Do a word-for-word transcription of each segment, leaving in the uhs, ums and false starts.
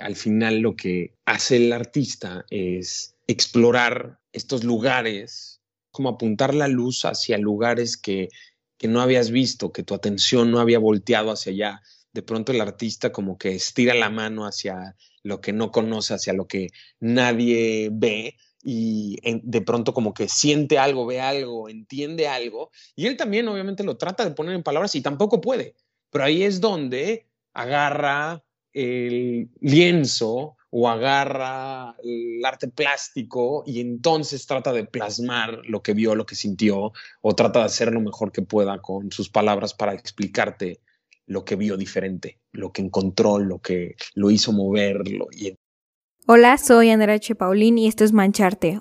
al final lo que hace el artista es explorar estos lugares, como apuntar la luz hacia lugares que, que no habías visto, que tu atención no había volteado hacia allá. De pronto el artista como que estira la mano hacia lo que no conoce, hacia lo que nadie ve, y en, de pronto como que siente algo, ve algo, entiende algo, y él también obviamente lo trata de poner en palabras y tampoco puede, pero ahí es donde agarra el lienzo o agarra el arte plástico y entonces trata de plasmar lo que vio, lo que sintió, o trata de hacer lo mejor que pueda con sus palabras para explicarte lo que vio diferente, lo que encontró, lo que lo hizo moverlo. Y... Hola, soy Andrea H. Paulín y esto es Mancharte,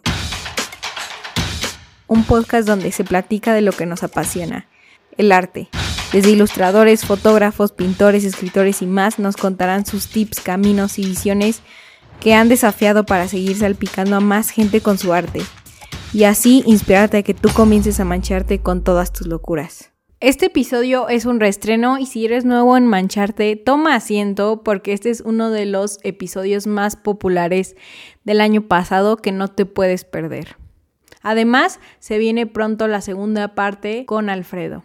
un podcast donde se platica de lo que nos apasiona, el arte. Desde ilustradores, fotógrafos, pintores, escritores y más nos contarán sus tips, caminos y visiones que han desafiado para seguir salpicando a más gente con su arte y así inspirarte a que tú comiences a mancharte con todas tus locuras. Este episodio es un reestreno y si eres nuevo en Mancharte, toma asiento porque este es uno de los episodios más populares del año pasado que no te puedes perder. Además, se viene pronto la segunda parte con Alfredo.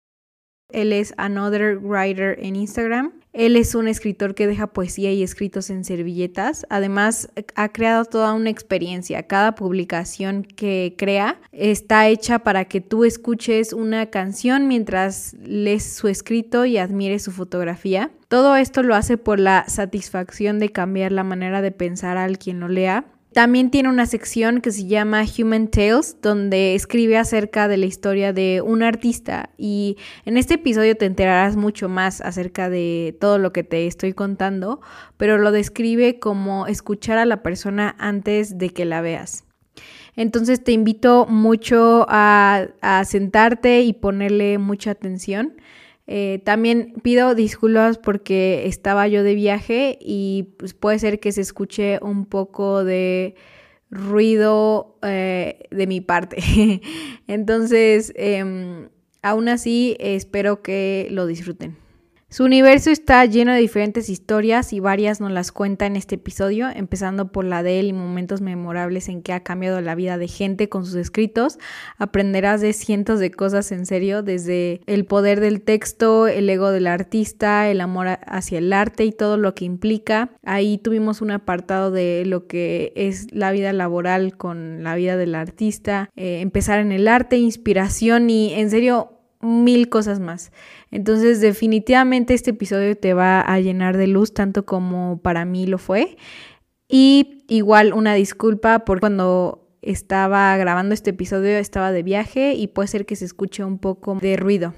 Él es Another Writer en Instagram. Él es un escritor que deja poesía y escritos en servilletas. Además, ha creado toda una experiencia. Cada publicación que crea está hecha para que tú escuches una canción mientras lees su escrito y admires su fotografía. Todo esto lo hace por la satisfacción de cambiar la manera de pensar al quien lo lea. También tiene una sección que se llama Human Tales, donde escribe acerca de la historia de un artista y en este episodio te enterarás mucho más acerca de todo lo que te estoy contando, pero lo describe como escuchar a la persona antes de que la veas. Entonces te invito mucho a, a sentarte y ponerle mucha atención. Eh, también pido disculpas porque estaba yo de viaje y pues, puede ser que se escuche un poco de ruido eh, de mi parte. Entonces, eh, aún así, eh, espero que lo disfruten. Su universo está lleno de diferentes historias y varias nos las cuenta en este episodio, empezando por la de él y momentos memorables en que ha cambiado la vida de gente con sus escritos. Aprenderás de cientos de cosas en serio, desde el poder del texto, el ego del artista, el amor hacia el arte y todo lo que implica. Ahí tuvimos un apartado de lo que es la vida laboral con la vida del artista, eh, empezar en el arte, inspiración y en serio mil cosas más. Entonces definitivamente este episodio te va a llenar de luz tanto como para mí lo fue. Y igual una disculpa por cuando estaba grabando este episodio estaba de viaje y puede ser que se escuche un poco de ruido.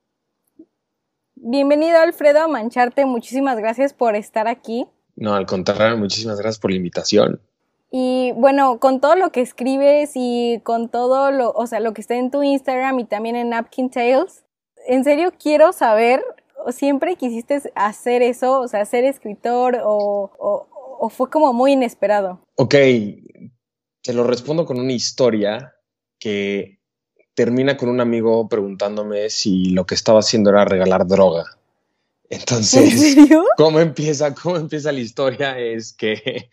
Bienvenido Alfredo a Mancharte, muchísimas gracias por estar aquí. No, al contrario, muchísimas gracias por la invitación. Y bueno, con todo lo que escribes y con todo lo, o sea, lo que está en tu Instagram y también en Napkin Tales, en serio quiero saber, ¿siempre quisiste hacer eso? O sea, ser escritor o, o, o fue como muy inesperado. Ok, te lo respondo con una historia que termina con un amigo preguntándome si lo que estaba haciendo era regalar droga. Entonces, ¿en serio? ¿cómo empieza, cómo empieza la historia? Es que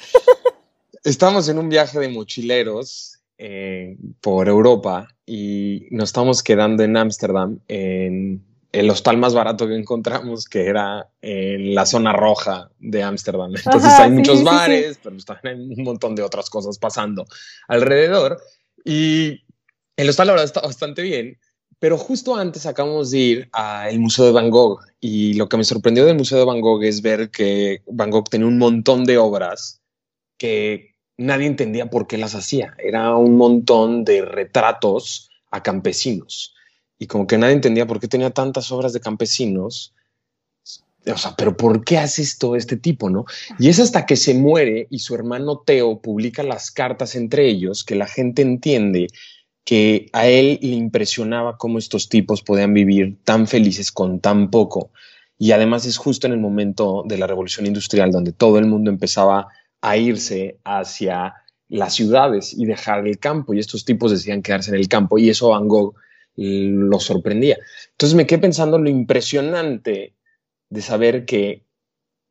estamos en un viaje de mochileros eh, por Europa y nos estamos quedando en Ámsterdam, en el hostal más barato que encontramos, que era en la zona roja de Ámsterdam. Entonces Ajá, hay sí, muchos sí, bares, sí. pero también hay un montón de otras cosas pasando alrededor. Y el hostal, la verdad, está bastante bien, pero justo antes acabamos de ir al Museo de Van Gogh y lo que me sorprendió del Museo de Van Gogh es ver que Van Gogh tenía un montón de obras que nadie entendía por qué las hacía. Era un montón de retratos a campesinos. Y como que nadie entendía por qué tenía tantas obras de campesinos. O sea, pero ¿por qué hace esto este tipo, no? Y es hasta que se muere y su hermano Theo publica las cartas entre ellos que la gente entiende que a él le impresionaba cómo estos tipos podían vivir tan felices con tan poco. Y además es justo en el momento de la Revolución Industrial donde todo el mundo empezaba a irse hacia las ciudades y dejar el campo, y estos tipos decían quedarse en el campo, y eso Van Gogh lo sorprendía. Entonces me quedé pensando lo impresionante de saber que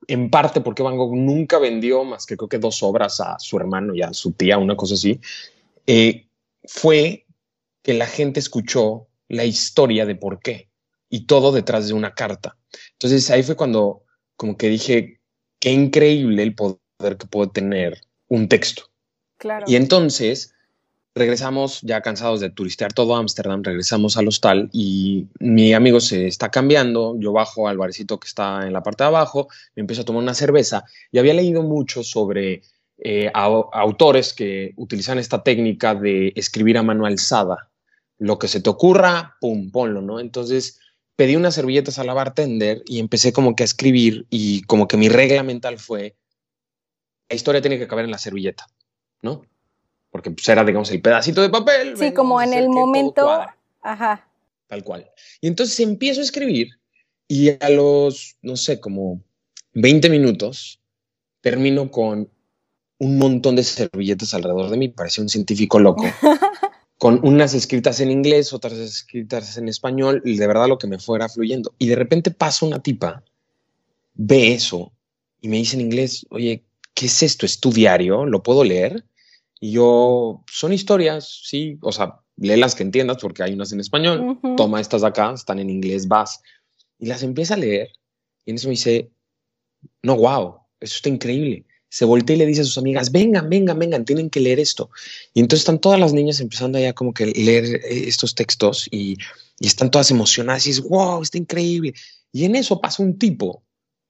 en parte porque Van Gogh nunca vendió más que creo que dos obras a su hermano y a su tía, una cosa así, eh, fue que la gente escuchó la historia de por qué y todo detrás de una carta. Entonces ahí fue cuando como que dije, qué increíble el poder que puede tener un texto. Claro. Y entonces regresamos ya cansados de turistear todo Ámsterdam, regresamos al hostal y mi amigo se está cambiando, yo bajo al barecito que está en la parte de abajo, me empiezo a tomar una cerveza y había leído mucho sobre eh, a, a autores que utilizan esta técnica de escribir a mano alzada. Lo que se te ocurra, pum, ponlo, ¿no? Entonces pedí unas servilletas a la bartender y empecé como que a escribir y como que mi regla mental fue, la historia tiene que caber en la servilleta, ¿no? Porque pues, era, digamos, el pedacito de papel. Sí, como en el momento, ajá. Tal cual. Y entonces empiezo a escribir y a los, no sé, como veinte minutos, termino con un montón de servilletas alrededor de mí, parecía un científico loco, con unas escritas en inglés, otras escritas en español, y de verdad lo que me fuera fluyendo. Y de repente pasa una tipa, ve eso y me dice en inglés, oye, ¿qué es esto? ¿Es tu diario? ¿Lo puedo leer? Y yo, son historias, sí, o sea, lee las que entiendas porque hay unas en español, uh-huh. Toma estas de acá, están en inglés, vas. Y las empieza a leer y en eso me dice, no, wow, eso está increíble. Se voltea y le dice a sus amigas, vengan, vengan, vengan, tienen que leer esto. Y entonces están todas las niñas empezando ya como que leer estos textos y, y están todas emocionadas y es, wow, está increíble. Y en eso pasa un tipo,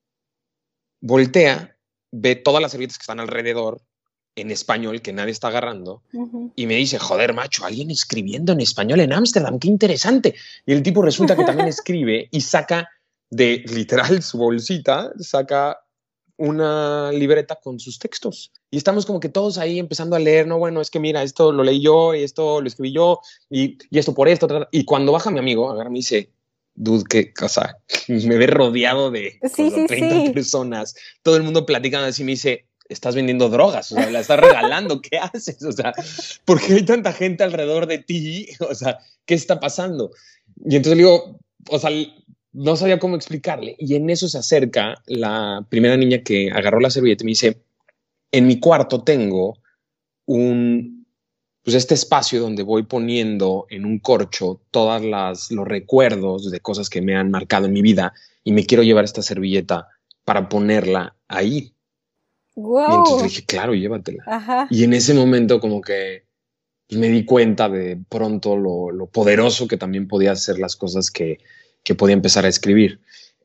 voltea, ve todas las servilletas que están alrededor, en español que nadie está agarrando uh-huh. y me dice, joder, macho, alguien escribiendo en español en Ámsterdam, qué interesante. Y el tipo resulta que también escribe y saca de literal su bolsita, saca una libreta con sus textos. Y estamos como que todos ahí empezando a leer, no, bueno, es que mira, esto lo leí yo y esto lo escribí yo y, y esto por esto. Y cuando baja mi amigo, agarra y me dice, dude, qué cosa, me ve rodeado de sí, cosa, sí, treinta sí. personas, todo el mundo platicando así, me dice, estás vendiendo drogas, o sea, la estás regalando, ¿qué haces? O sea, ¿por qué hay tanta gente alrededor de ti? O sea, ¿qué está pasando? Y entonces le digo, o sea, no sabía cómo explicarle. Y en eso se acerca la primera niña que agarró la servilleta y me dice, en mi cuarto tengo un, pues este espacio donde voy poniendo en un corcho todos los recuerdos de cosas que me han marcado en mi vida y me quiero llevar esta servilleta para ponerla ahí. Wow. Y entonces dije, claro, llévatela. Ajá. Y en ese momento como que me di cuenta de pronto lo, lo poderoso que también podía hacer las cosas que, que podía empezar a escribir.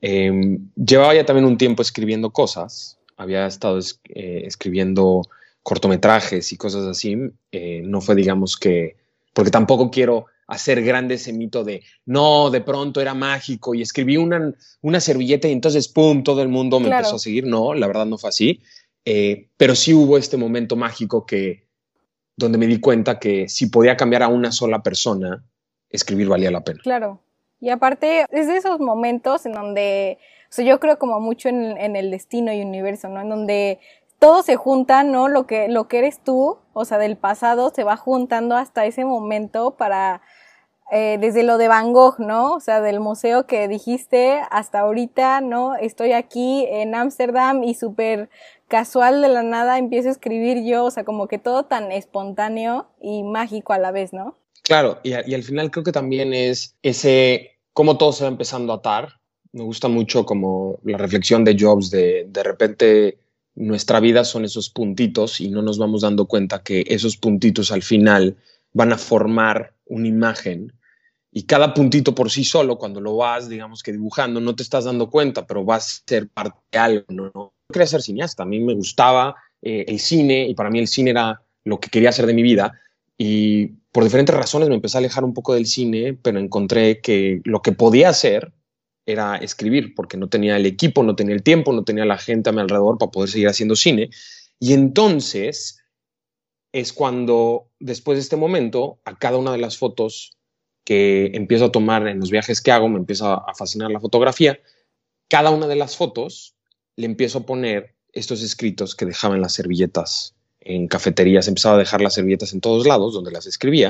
Eh, llevaba ya también un tiempo escribiendo cosas. Había estado es, eh, escribiendo cortometrajes y cosas así. Eh, no fue, digamos que... Porque tampoco quiero hacer grande ese mito de no, de pronto era mágico y escribí una, una servilleta y entonces, pum, todo el mundo me claro. empezó a seguir. No, la verdad no fue así. Eh, pero sí hubo este momento mágico que, donde me di cuenta que si podía cambiar a una sola persona, escribir valía la pena. Claro. Y aparte es de esos momentos en donde, o sea, yo creo como mucho en, en el destino y universo, ¿no? En donde todo se junta, ¿no? Lo que, lo que eres tú, o sea, del pasado se va juntando hasta ese momento para, eh, desde lo de Van Gogh, ¿no? O sea, del museo que dijiste hasta ahorita, ¿no? Estoy aquí en Ámsterdam y súper casual de la nada empiezo a escribir yo, o sea, como que todo tan espontáneo y mágico a la vez, ¿no? Claro, y, a, y al final creo que también es ese, cómo todo se va empezando a atar. Me gusta mucho como la reflexión de Jobs de de repente nuestra vida son esos puntitos y no nos vamos dando cuenta que esos puntitos al final van a formar una imagen y cada puntito por sí solo, cuando lo vas, digamos que dibujando, no te estás dando cuenta, pero va a ser parte de algo, ¿no? Yo quería ser cineasta, a mí me gustaba eh, el cine y para mí el cine era lo que quería hacer de mi vida y por diferentes razones me empecé a alejar un poco del cine, pero encontré que lo que podía hacer era escribir, porque no tenía el equipo, no tenía el tiempo, no tenía la gente a mi alrededor para poder seguir haciendo cine. Y entonces es cuando, después de este momento, a cada una de las fotos que empiezo a tomar en los viajes que hago, me empieza a fascinar la fotografía, cada una de las fotos le empiezo a poner estos escritos que dejaba en las servilletas en cafeterías, empezaba a dejar las servilletas en todos lados donde las escribía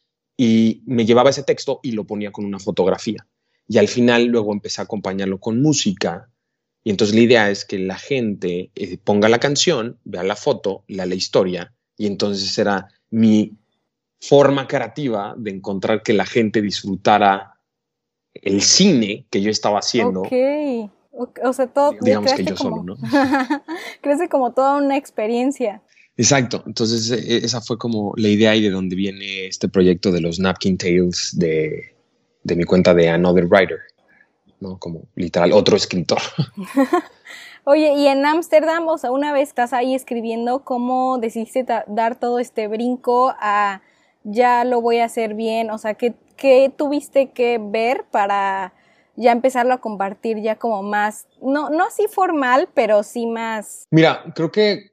y me llevaba ese texto y lo ponía con una fotografía. Y al final luego empecé a acompañarlo con música Y entonces la idea es que la gente eh, ponga la canción, vea la foto, lea la historia, y entonces será mi forma creativa de encontrar que la gente disfrutara el cine que yo estaba haciendo. Ok, o, o sea, todo, digamos que yo como, solo, ¿no? crece como toda una experiencia. Exacto, entonces eh, esa fue como la idea y de donde viene este proyecto de los Napkin Tales de, de mi cuenta de Another Writer, ¿no? Como literal otro escritor. Oye, y en Ámsterdam, o sea, una vez estás ahí escribiendo, ¿cómo decidiste dar todo este brinco a ya lo voy a hacer bien? O sea, ¿qué, qué tuviste que ver para ya empezarlo a compartir ya como más, no, no así formal, pero sí más? Mira, creo que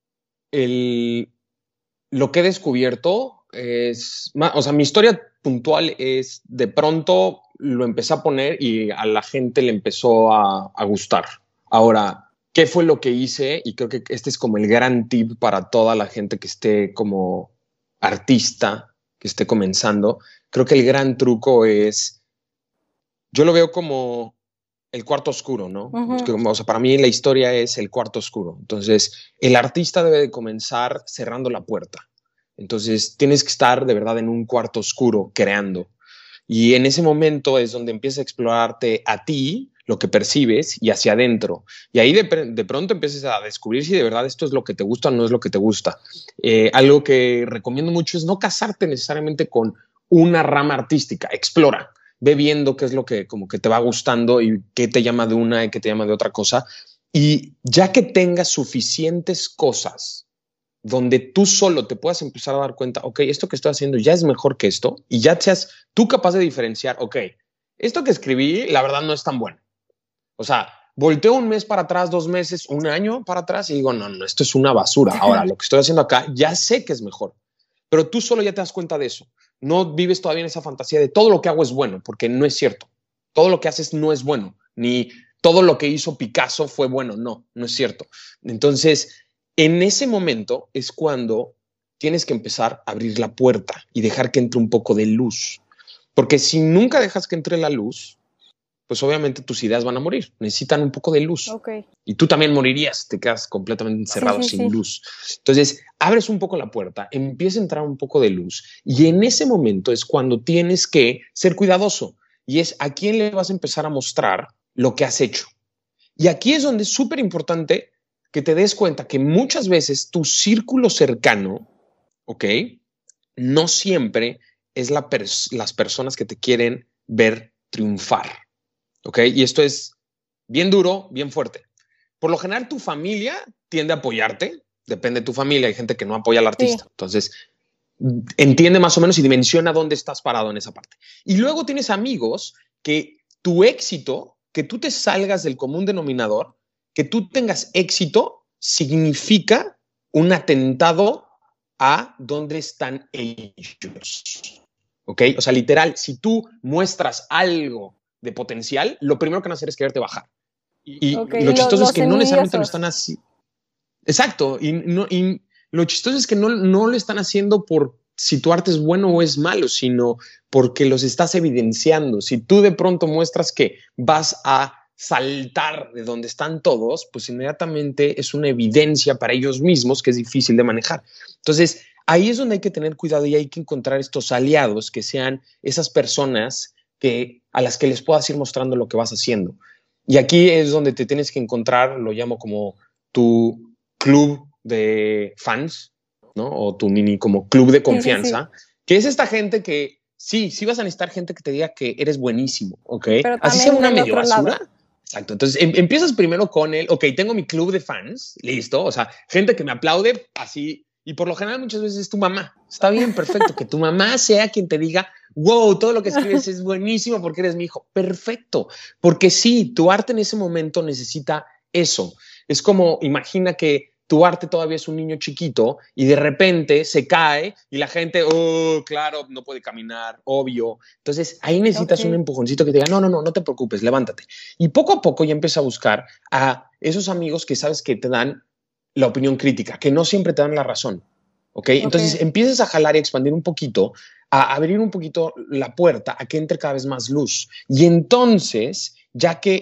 el, lo que he descubierto es, o sea, mi historia puntual es de pronto lo empecé a poner y a la gente le empezó a, a gustar. Ahora, ¿qué fue lo que hice? Y creo que este es como el gran tip para toda la gente que esté como artista, que esté comenzando. Creo que el gran truco es, yo lo veo como el cuarto oscuro, ¿no? Uh-huh. O sea, para mí la historia es el cuarto oscuro. Entonces, el artista debe de comenzar cerrando la puerta. Entonces, tienes que estar de verdad en un cuarto oscuro creando. Y en ese momento es donde empiezas a explorarte a ti, lo que percibes, y hacia adentro. Y ahí de, de pronto empiezas a descubrir si de verdad esto es lo que te gusta o no es lo que te gusta. Eh, algo que recomiendo mucho es no casarte necesariamente con una rama artística. Explora. Ve viendo qué es lo que como que te va gustando y qué te llama de una y qué te llama de otra cosa. Y ya que tengas suficientes cosas donde tú solo te puedas empezar a dar cuenta, ok, esto que estoy haciendo ya es mejor que esto, y ya seas tú capaz de diferenciar, ok, esto que escribí, la verdad no es tan bueno. O sea, volteo un mes para atrás, dos meses, un año para atrás y digo, no, no, esto es una basura. Ahora, lo que estoy haciendo acá, ya sé que es mejor. Pero tú solo ya te das cuenta de eso. No vives todavía en esa fantasía de todo lo que hago es bueno, porque no es cierto. Todo lo que haces no es bueno, ni todo lo que hizo Picasso fue bueno. No, no es cierto. Entonces, en ese momento es cuando tienes que empezar a abrir la puerta y dejar que entre un poco de luz. Porque si nunca dejas que entre la luz, pues obviamente tus ideas van a morir. Necesitan un poco de luz. Okay. Y tú también morirías, te quedas completamente encerrado sí, sí, sin sí. luz. Entonces, abres un poco la puerta, empieza a entrar un poco de luz y en ese momento es cuando tienes que ser cuidadoso y es a quién le vas a empezar a mostrar lo que has hecho. Y aquí es donde es súper importante que te des cuenta que muchas veces tu círculo cercano, ¿ok? No siempre es la pers- las personas que te quieren ver triunfar. ¿Ok? Y esto es bien duro, bien fuerte. Por lo general, tu familia tiende a apoyarte. Depende de tu familia. Hay gente que no apoya al artista. Sí. Entonces, entiende más o menos y dimensiona dónde estás parado en esa parte. Y luego tienes amigos que tu éxito, que tú te salgas del común denominador, que tú tengas éxito, significa un atentado a dónde están ellos. ¿Ok? O sea, literal, si tú muestras algo de potencial, lo primero que van a hacer es quererte bajar. Y okay, lo chistoso los, es que no necesariamente lo están así. Exacto. Y, no, y lo chistoso es que no, no lo están haciendo por si tu arte es bueno o es malo, sino porque los estás evidenciando. Si tú de pronto muestras que vas a saltar de donde están todos, pues inmediatamente es una evidencia para ellos mismos que es difícil de manejar. Entonces, ahí es donde hay que tener cuidado y hay que encontrar estos aliados que sean esas personas que, a las que les puedas ir mostrando lo que vas haciendo. Y aquí es donde te tienes que encontrar, lo llamo como tu club de fans, ¿no? O tu mini como club de confianza, sí, sí, sí. Que es esta gente que sí, sí vas a necesitar gente que te diga que eres buenísimo, ¿ok? Pero así sea una medio basura. Lado. Exacto. Entonces em, empiezas primero con el, ok, tengo mi club de fans, listo, o sea, gente que me aplaude así. Y por lo general muchas veces es tu mamá. Está bien, perfecto. Que tu mamá sea quien te diga, wow, todo lo que escribes es buenísimo porque eres mi hijo. Perfecto. Porque sí, tu arte en ese momento necesita eso. Es como, imagina que tu arte todavía es un niño chiquito y de repente se cae y la gente, oh, claro, no puede caminar, obvio. Entonces ahí necesitas okay. un empujoncito que te diga, no, no, no, no te preocupes, levántate. Y poco a poco ya empieza a buscar a esos amigos que sabes que te dan la opinión crítica, que no siempre te dan la razón, ¿ok? okay. Entonces empiezas a jalar y a expandir un poquito, a abrir un poquito la puerta a que entre cada vez más luz. Y entonces, ya que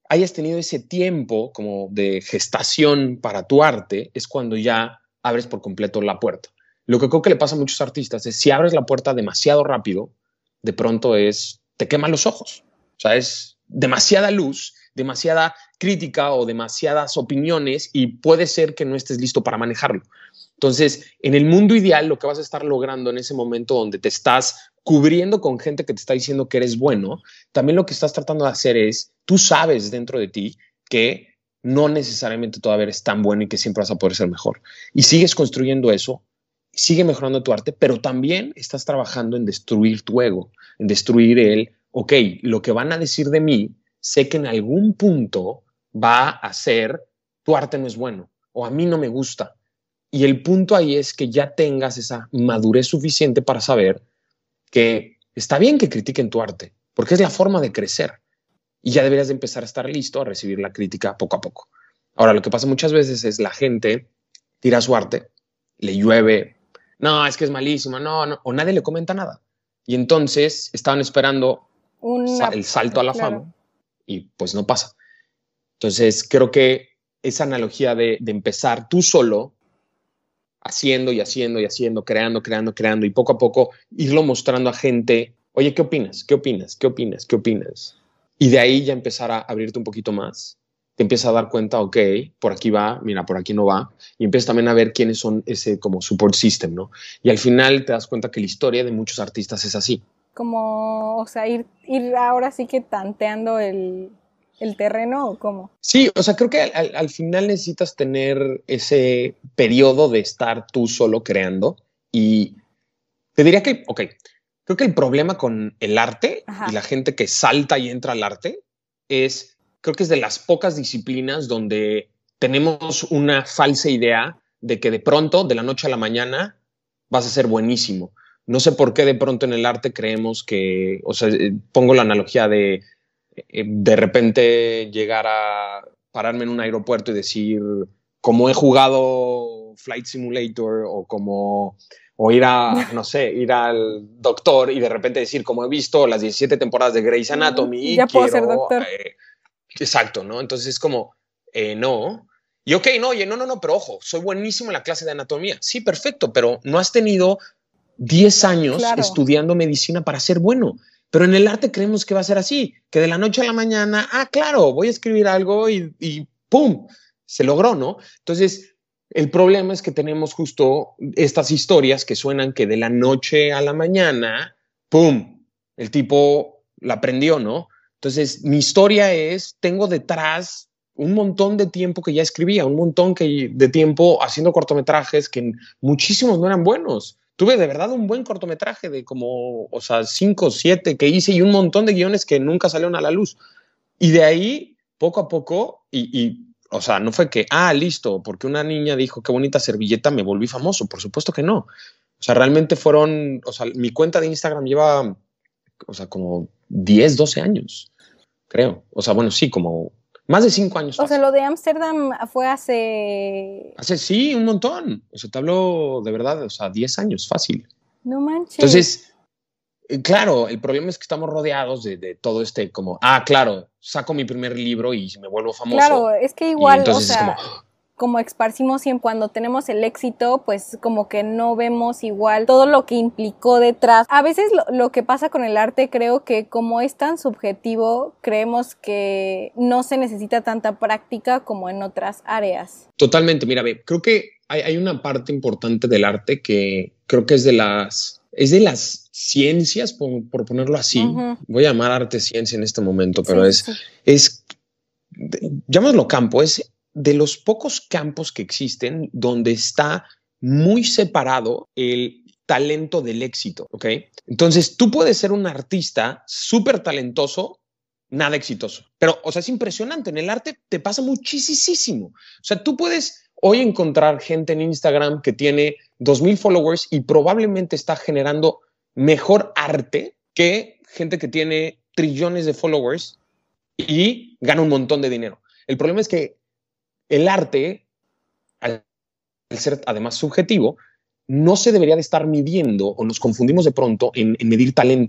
hayas tenido ese tiempo como de gestación para tu arte, es cuando ya abres por completo la puerta. Lo que creo que le pasa a muchos artistas es si abres la puerta demasiado rápido, de pronto es, te queman los ojos. O sea, es demasiada luz, demasiada crítica o demasiadas opiniones y puede ser que no estés listo para manejarlo. Entonces, en el mundo ideal, lo que vas a estar logrando en ese momento donde te estás cubriendo con gente que te está diciendo que eres bueno, también lo que estás tratando de hacer es, tú sabes dentro de ti que no necesariamente todavía eres tan bueno y que siempre vas a poder ser mejor. Y sigues construyendo eso, sigue mejorando tu arte, pero también estás trabajando en destruir tu ego, en destruir el, ok, lo que van a decir de mí, sé que en algún punto va a ser, tu arte no es bueno, o a mí no me gusta. Y el punto ahí es que ya tengas esa madurez suficiente para saber que está bien que critiquen tu arte, porque es la forma de crecer. Y ya deberías de empezar a estar listo a recibir la crítica poco a poco. Ahora, lo que pasa muchas veces es la gente tira su arte, le llueve, no, es que es malísima, no, no, o nadie le comenta nada. Y entonces estaban esperando Una, el salto a la claro. fama y pues no pasa. Entonces, creo que esa analogía de, de empezar tú solo, haciendo y haciendo y haciendo, creando, creando, creando y poco a poco irlo mostrando a gente, oye, ¿qué opinas? ¿Qué opinas? ¿Qué opinas? ¿Qué opinas? Y de ahí ya empezar a abrirte un poquito más, te empiezas a dar cuenta, ok, por aquí va, mira, por aquí no va, y empiezas también a ver quiénes son ese como support system, ¿no? Y al final te das cuenta que la historia de muchos artistas es así. Como, o sea, ir, ir ahora sí que tanteando el... ¿El terreno o cómo? Sí, o sea, creo que al, al final necesitas tener ese periodo de estar tú solo creando y te diría que, ok, creo que el problema con el arte Ajá. y la gente que salta y entra al arte es, creo que es de las pocas disciplinas donde tenemos una falsa idea de que de pronto, de la noche a la mañana, vas a ser buenísimo. No sé por qué de pronto en el arte creemos que, o sea, pongo la analogía de de repente llegar a pararme en un aeropuerto y decir, como he jugado Flight Simulator o como, o ir a, no sé, ir al doctor y de repente decir, como he visto las diecisiete temporadas de Grey's Anatomy, ya puedo quiero, ser doctor. Eh, exacto, ¿no? Entonces es como, eh, no. Y ok, no, oye, no, no, no, pero ojo, soy buenísimo en la clase de anatomía. Sí, perfecto, pero no has tenido diez años claro. estudiando medicina para ser bueno. Pero en el arte creemos que va a ser así, que de la noche a la mañana, ah, claro, voy a escribir algo y, y ¡pum! Se logró, ¿no? Entonces, el problema es que tenemos justo estas historias que suenan que de la noche a la mañana, ¡pum! El tipo la aprendió, ¿no? Entonces, mi historia es, tengo detrás un montón de tiempo que ya escribía, un montón que, de tiempo haciendo cortometrajes que muchísimos no eran buenos. Tuve de verdad un buen cortometraje de como, o sea, cinco o siete que hice y un montón de guiones que nunca salieron a la luz. Y de ahí, poco a poco, y, y o sea, no fue que, ah, listo, porque una niña dijo qué bonita servilleta, me volví famoso. Por supuesto que no. O sea, realmente fueron, o sea, mi cuenta de Instagram lleva, o sea, como diez, doce años, creo. O sea, bueno, sí, como más de cinco años. O fácil. sea, lo de Ámsterdam fue hace... Hace, sí, un montón. O sea, te hablo de verdad, o sea, diez años, fácil. No manches. Entonces, eh, claro, el problema es que estamos rodeados de, de todo este como, ah, claro, saco mi primer libro y me vuelvo famoso. Claro, es que igual, o sea, es como... como esparcimos siempre cuando tenemos el éxito, pues como que no vemos igual todo lo que implicó detrás. A veces lo, lo que pasa con el arte, creo que como es tan subjetivo, creemos que no se necesita tanta práctica como en otras áreas. Totalmente, mira, ve, creo que hay, hay una parte importante del arte que creo que es de las, es de las ciencias, por, por ponerlo así. Uh-huh. Voy a llamar arte ciencia en este momento, pero sí, es, sí. es, llamémoslo campo, es de los pocos campos que existen donde está muy separado el talento del éxito, ¿ok? Entonces, tú puedes ser un artista súper talentoso, nada exitoso. Pero, o sea, es impresionante. En el arte te pasa muchísimo. O sea, tú puedes hoy encontrar gente en Instagram que tiene dos mil followers y probablemente está generando mejor arte que gente que tiene trillones de followers y gana un montón de dinero. El problema es que el arte, al ser además subjetivo, no se debería de estar midiendo o nos confundimos de pronto en, en medir talento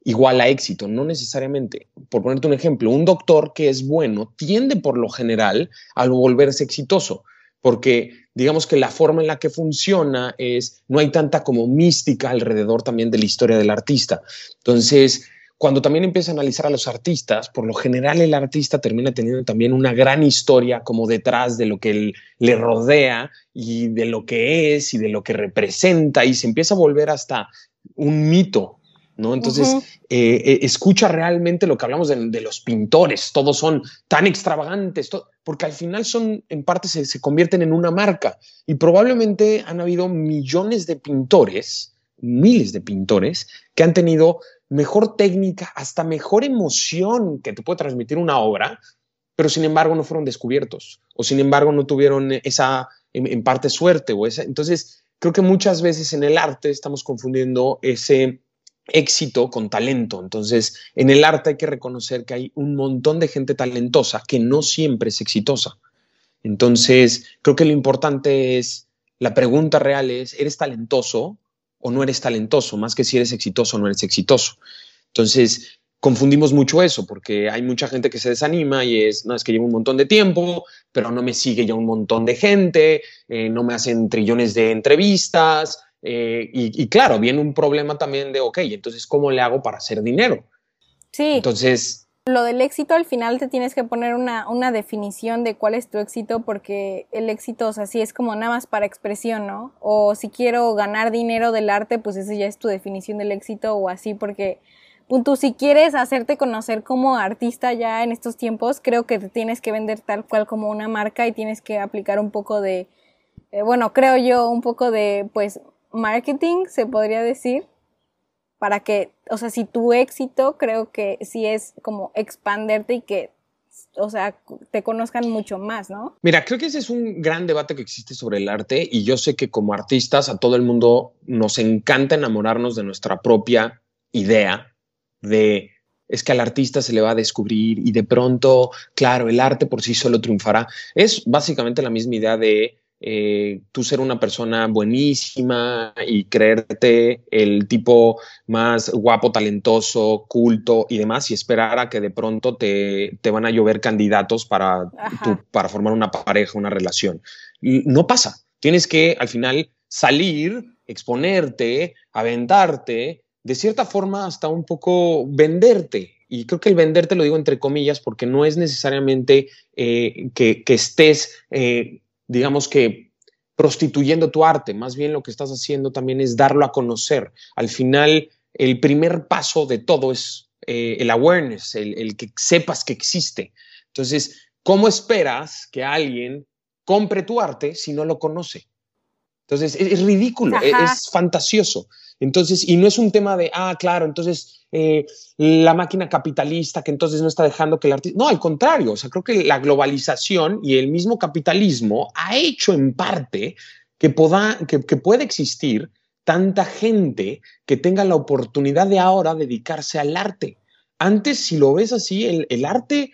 igual a éxito, no necesariamente. Por ponerte un ejemplo, un doctor que es bueno tiende por lo general a volverse exitoso, porque digamos que la forma en la que funciona es, no hay tanta como mística alrededor también de la historia del artista. Entonces, cuando también empieza a analizar a los artistas, por lo general el artista termina teniendo también una gran historia como detrás de lo que él, le rodea y de lo que es y de lo que representa, y se empieza a volver hasta un mito, ¿no? Entonces, uh-huh. eh, eh, escucha realmente lo que hablamos de, de los pintores, todos son tan extravagantes, to- porque al final son, en parte se, se convierten en una marca, y probablemente han habido millones de pintores, miles de pintores, que han tenido mejor técnica, hasta mejor emoción que te puede transmitir una obra, pero sin embargo no fueron descubiertos, o sin embargo no tuvieron esa, en, en parte, suerte, o esa. Entonces, creo que muchas veces en el arte estamos confundiendo ese éxito con talento. Entonces, en el arte hay que reconocer que hay un montón de gente talentosa que no siempre es exitosa. Entonces, creo que lo importante es, la pregunta real es, ¿eres talentoso o no eres talentoso? Más que si eres exitoso o no eres exitoso. Entonces, confundimos mucho eso, porque hay mucha gente que se desanima y es, no, es que llevo un montón de tiempo, pero no me sigue ya un montón de gente, eh, no me hacen trillones de entrevistas, eh, y, y claro, viene un problema también de, ok, entonces, ¿cómo le hago para hacer dinero? Sí. Entonces, lo del éxito, al final te tienes que poner una, una definición de cuál es tu éxito, porque el éxito, o sea, sí es como nada más para expresión, ¿no? O si quiero ganar dinero del arte, pues esa ya es tu definición del éxito, o así, porque punto, si quieres hacerte conocer como artista ya en estos tiempos, creo que te tienes que vender tal cual como una marca y tienes que aplicar un poco de, eh, bueno, creo yo, un poco de, pues, marketing, se podría decir, para que, o sea, si tu éxito, creo que sí es como expanderte y que, o sea, te conozcan mucho más, ¿no? Mira, creo que ese es un gran debate que existe sobre el arte, y yo sé que como artistas a todo el mundo nos encanta enamorarnos de nuestra propia idea de, es que al artista se le va a descubrir y de pronto, claro, el arte por sí solo triunfará. Es básicamente la misma idea de Eh, tú ser una persona buenísima y creerte el tipo más guapo, talentoso, culto y demás, y esperar a que de pronto te, te van a llover candidatos para, tu, para formar una pareja, una relación. Y no pasa. Tienes que al final salir, exponerte, aventarte, de cierta forma hasta un poco venderte. Y creo que el venderte lo digo entre comillas porque no es necesariamente eh, que, que estés... Eh, digamos que prostituyendo tu arte, más bien lo que estás haciendo también es darlo a conocer. Al final, el primer paso de todo es eh, el awareness, el, el que sepas que existe. Entonces, ¿cómo esperas que alguien compre tu arte si no lo conoce? Entonces, es, es ridículo, es, es fantasioso. Entonces, y no es un tema de, ah, claro, entonces eh, la máquina capitalista que entonces no está dejando que el artista... No, al contrario, o sea, creo que la globalización y el mismo capitalismo ha hecho en parte que, poda, que, que puede existir tanta gente que tenga la oportunidad de ahora dedicarse al arte. Antes, si lo ves así, el, el arte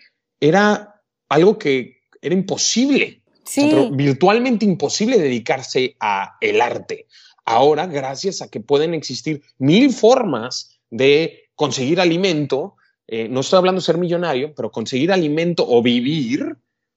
era algo que era imposible. Sí. O sea, pero virtualmente imposible dedicarse a el arte. Ahora, gracias a que pueden existir mil formas de conseguir alimento, eh, no estoy hablando de ser millonario, pero conseguir alimento o vivir,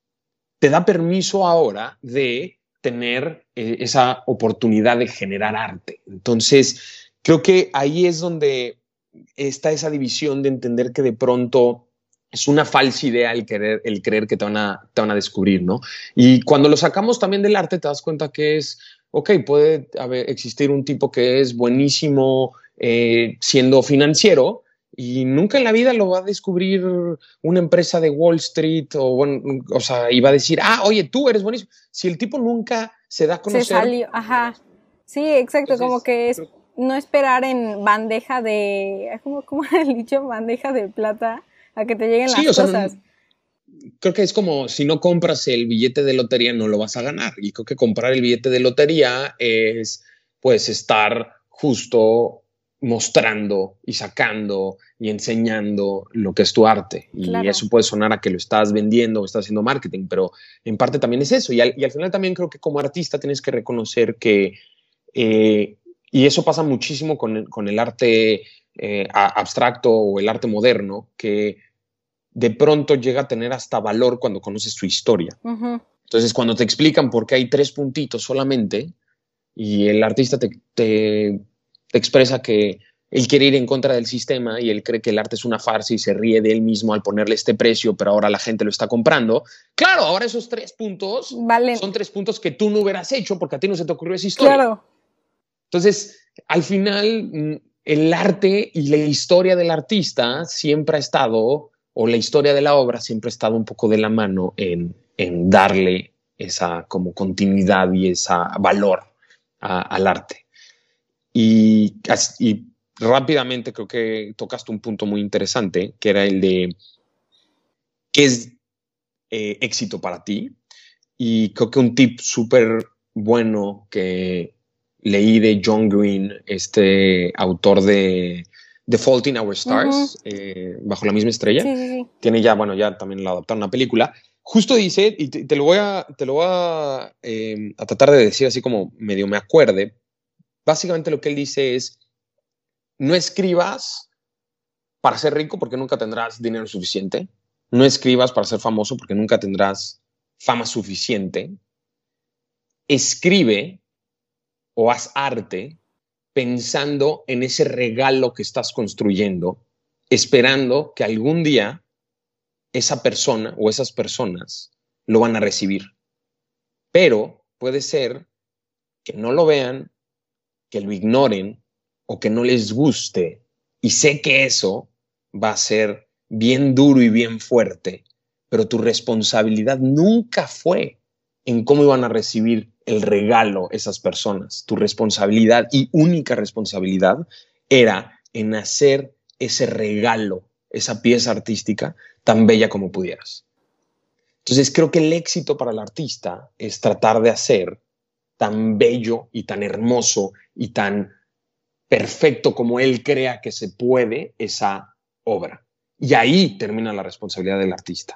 te da permiso ahora de tener eh, esa oportunidad de generar arte. Entonces, creo que ahí es donde está esa división de entender que de pronto es una falsa idea el, querer, el creer que te van, a, te van a descubrir, ¿no? Y cuando lo sacamos también del arte, te das cuenta que es, ok, puede haber, existir un tipo que es buenísimo eh, siendo financiero y nunca en la vida lo va a descubrir una empresa de Wall Street o, bueno, o sea, y va a decir, ah, oye, tú eres buenísimo. Si el tipo nunca se da a conocer. Se salió, ajá. Sí, exacto, entonces, como que es no esperar en bandeja de, ¿cómo, cómo era el dicho? Bandeja de plata a que te lleguen sí, las o cosas. Sea, creo que es como si no compras el billete de lotería no lo vas a ganar, y creo que comprar el billete de lotería es pues estar justo mostrando y sacando y enseñando lo que es tu arte, y claro, eso puede sonar a que lo estás vendiendo o estás haciendo marketing, pero en parte también es eso, y al, y al final también creo que como artista tienes que reconocer que eh, y eso pasa muchísimo con el, con el arte eh, abstracto o el arte moderno que de pronto llega a tener hasta valor cuando conoces su historia. Uh-huh. Entonces, cuando te explican por qué hay tres puntitos solamente y el artista te, te, te expresa que él quiere ir en contra del sistema y él cree que el arte es una farsa y se ríe de él mismo al ponerle este precio, pero ahora la gente lo está comprando. Claro, ahora esos tres puntos vale. son tres puntos que tú no hubieras hecho porque a ti no se te ocurrió esa historia. Claro. Entonces, al final, el arte y la historia del artista siempre ha estado, o la historia de la obra siempre ha estado un poco de la mano en, en darle esa como continuidad y ese valor a, al arte. Y, y rápidamente creo que tocaste un punto muy interesante, que era el de qué es eh, éxito para ti. Y creo que un tip súper bueno que leí de John Green, este autor de The Fault in Our Stars, uh-huh. eh, Bajo la misma estrella. Sí, sí, sí. Tiene ya, bueno, ya también la adaptaron a una película. Justo dice, y te, te lo voy a, te lo voy a, eh, a tratar de decir así como medio me acuerde. Básicamente lo que él dice es, no escribas para ser rico porque nunca tendrás dinero suficiente. No escribas para ser famoso porque nunca tendrás fama suficiente. Escribe o haz arte pensando en ese regalo que estás construyendo, esperando que algún día esa persona o esas personas lo van a recibir. Pero puede ser que no lo vean, que lo ignoren o que no les guste. Y sé que eso va a ser bien duro y bien fuerte, pero tu responsabilidad nunca fue en cómo iban a recibir el regalo esas personas. Tu responsabilidad y única responsabilidad era en hacer ese regalo, esa pieza artística tan bella como pudieras. Entonces creo que el éxito para el artista es tratar de hacer tan bello y tan hermoso y tan perfecto como él crea que se puede esa obra. Y ahí termina la responsabilidad del artista.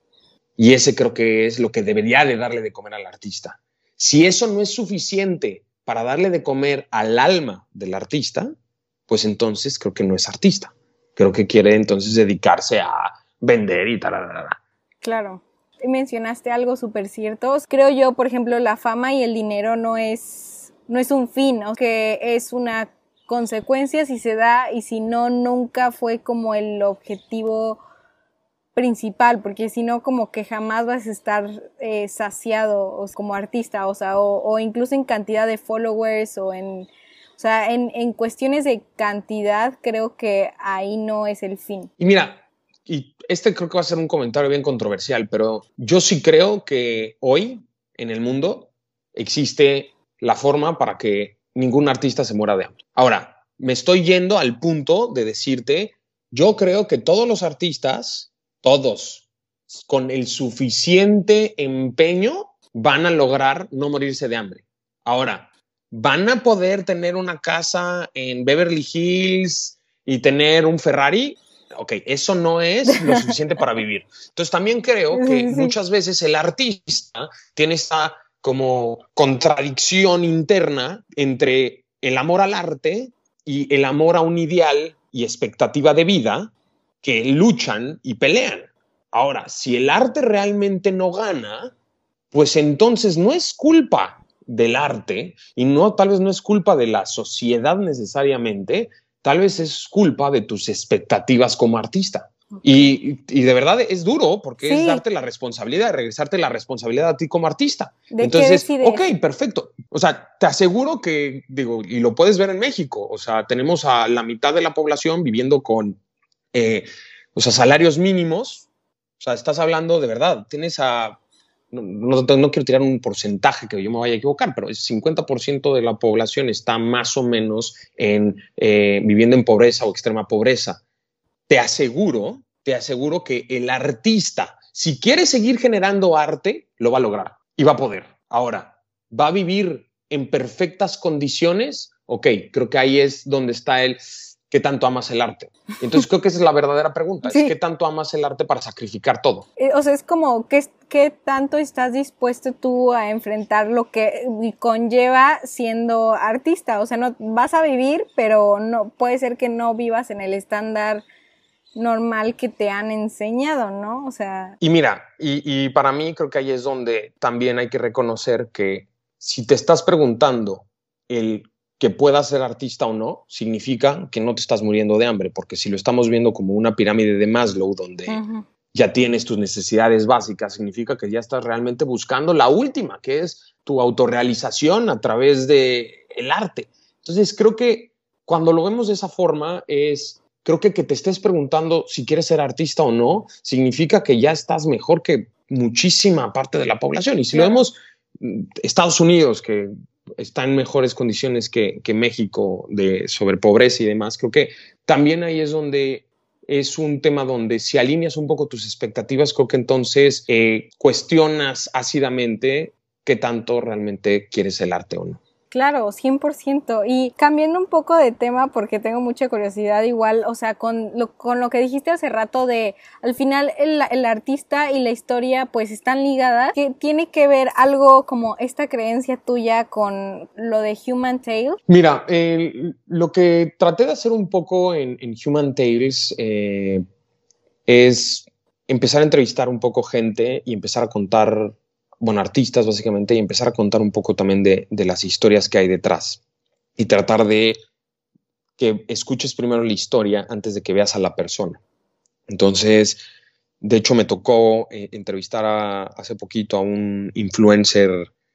Y ese creo que es lo que debería de darle de comer al artista. Si eso no es suficiente para darle de comer al alma del artista, pues entonces creo que no es artista. Creo que quiere entonces dedicarse a vender y tal. Claro. Mencionaste algo súper cierto. Creo yo, por ejemplo, la fama y el dinero no es, no es un fin, ¿no? Que es una consecuencia si se da y si no, nunca fue como el objetivo principal, porque si no como que jamás vas a estar eh, saciado o, como artista, o sea, o, o incluso en cantidad de followers o en, o sea, en, en cuestiones de cantidad creo que ahí no es el fin. Y mira, y este creo que va a ser un comentario bien controversial, pero yo sí creo que hoy en el mundo existe la forma para que ningún artista se muera de hambre. Ahora, me estoy yendo al punto de decirte, yo creo que todos los artistas Todos, con el suficiente empeño, van a lograr no morirse de hambre. Ahora, ¿van a poder tener una casa en Beverly Hills y tener un Ferrari? Ok, eso no es lo suficiente para vivir. Entonces, también creo que sí, sí. muchas veces el artista tiene esta como contradicción interna entre el amor al arte y el amor a un ideal y expectativa de vida que luchan y pelean. Ahora, si el arte realmente no gana, pues entonces no es culpa del arte y no, tal vez no es culpa de la sociedad necesariamente, tal vez es culpa de tus expectativas como artista. Okay. Y, y de verdad es duro porque sí. es darte la responsabilidad, regresarte la responsabilidad a ti como artista. ¿De Entonces, qué decides? ok, perfecto. O sea, te aseguro que, digo, y lo puedes ver en México, o sea, tenemos a la mitad de la población viviendo con Eh, o sea, salarios mínimos. O sea, estás hablando de verdad, tienes a, no, no, no quiero tirar un porcentaje que yo me vaya a equivocar, pero el cincuenta por ciento de la población está más o menos en, eh, viviendo en pobreza o extrema pobreza. Te aseguro, te aseguro que el artista, si quiere seguir generando arte, lo va a lograr y va a poder. Ahora, ¿va a vivir en perfectas condiciones? Ok, creo que ahí es donde está el... ¿qué tanto amas el arte? Entonces creo que esa es la verdadera pregunta, Sí. es ¿qué tanto amas el arte para sacrificar todo? Eh, O sea, es como, ¿qué, qué tanto estás dispuesto tú a enfrentar lo que conlleva siendo artista? O sea, no vas a vivir, pero no puede ser que no vivas en el estándar normal que te han enseñado, ¿no? O sea... Y mira, y, y para mí creo que ahí es donde también hay que reconocer que si te estás preguntando el que puedas ser artista o no, significa que no te estás muriendo de hambre, porque si lo estamos viendo como una pirámide de Maslow, donde uh-huh. ya tienes tus necesidades básicas, significa que ya estás realmente buscando la última, que es tu autorrealización a través del arte. Entonces creo que cuando lo vemos de esa forma es... Creo que que te estés preguntando si quieres ser artista o no, significa que ya estás mejor que muchísima parte de la población. Y si claro. lo vemos, Estados Unidos, que está en mejores condiciones que, que México de, sobre pobreza y demás, creo que también ahí es donde es un tema donde si alineas un poco tus expectativas, creo que entonces eh, cuestionas ácidamente qué tanto realmente quieres el arte o no. Claro, cien por ciento. Y cambiando un poco de tema, porque tengo mucha curiosidad igual, o sea, con lo, con lo que dijiste hace rato de, al final el, el artista y la historia pues están ligadas, que tiene que ver algo como esta creencia tuya con lo de Human Tales. Mira, eh, lo que traté de hacer un poco en, en Human Tales eh, es empezar a entrevistar un poco gente y empezar a contar... bueno, artistas básicamente, y empezar a contar un poco también de, de las historias que hay detrás y tratar de que escuches primero la historia antes de que veas a la persona. Entonces, de hecho me tocó eh, entrevistar a, hace poquito a un influencer